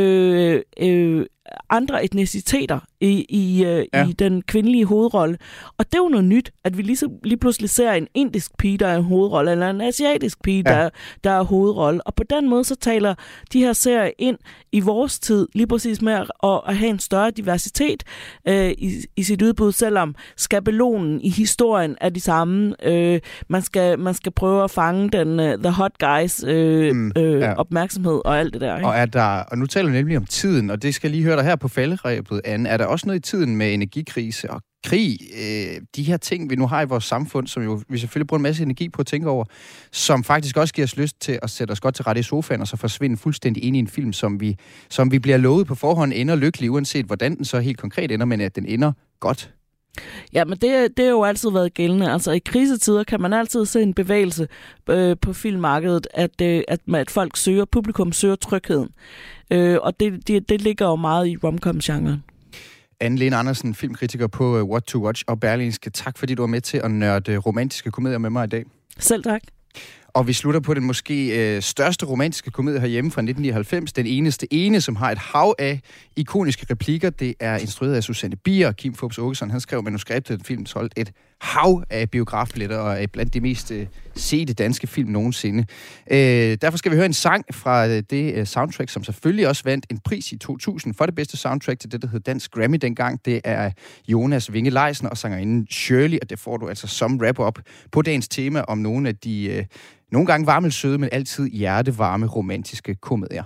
øh, øh, andre etniciteter i, i, øh, ja. i den kvindelige hovedrolle. Og det er jo noget nyt, at vi lige, så, lige pludselig ser en indisk pige, der er en hovedrolle, eller en asiatisk pige, ja. der, der er hovedrolle. Og på den måde, så taler de her serier ind i vores tid, lige præcis med at, at have en større diversitet øh, i, i sit udbud, selvom skabelonen i historien er de samme. Øh, man, skal, man skal prøve at fange den uh, the hot guys øh, mm, øh, ja. opmærksomhed og alt det der. Ikke?
Og, er der, og nu taler vi nemlig om tiden, og det skal lige høre dig her på falderebet, Anne. Er der også noget i tiden med energikrise og krig, øh, de her ting, vi nu har i vores samfund, som jo vi selvfølgelig bruger en masse energi på at tænke over, som faktisk også giver os lyst til at sætte os godt til rette i sofaen, og så forsvinde fuldstændig ind i en film, som vi, som vi bliver lovet på forhånd ender lykkelig, uanset hvordan den så helt konkret ender, men at den ender godt.
Ja, men det, det har jo altid været gældende. Altså i krisetider kan man altid se en bevægelse øh, på filmmarkedet, at, øh, at, at folk søger, publikum søger trygheden. Øh, og det, det, det ligger jo meget i romcom-genren.
Anne-Lene Andersen, filmkritiker på What to Watch og Berlingske. Tak fordi du var med til at nørde romantiske komedier med mig i dag.
Selv tak.
Og vi slutter på den måske øh, største romantiske komedie herhjemme fra nitten nioghalvfems. Den eneste ene, som har et hav af ikoniske replikker. Det er instrueret af Susanne Bier og Kim Fupz Aakeson. Han skrev manuskriptet, den film solgt et hav af biografbilletter og er blandt de mest øh, sete danske film nogensinde. Øh, derfor skal vi høre en sang fra øh, det øh, soundtrack, som selvfølgelig også vandt en pris i to tusind for det bedste soundtrack til det, der hed Dansk Grammy dengang. Det er Jonas Winge Leisen og sangerinden Shirley, og det får du altså som wrap-up på dagens tema om nogle af de øh, nogle gange varme søde, men altid hjertevarme romantiske komedier.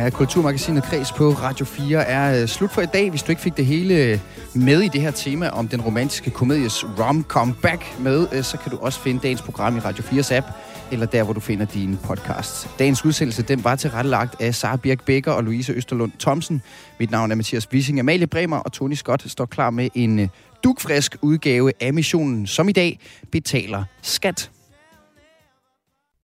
Ja, Kulturmagasinet Kreds på Radio fire er øh, slut for i dag. Hvis du ikke fik det hele med i det her tema om den romantiske komedies rom-com back med, øh, så kan du også finde dagens program i Radio fires app, eller der, hvor du finder dine podcasts. Dagens udsendelse, den var tilrettelagt af Sara Birk Becker og Louise Østerlund Thomsen. Mit navn er Mathias Wissing. Amalie Bremer og Tony Scott står klar med en dugfrisk udgave af missionen, som i dag betaler skat.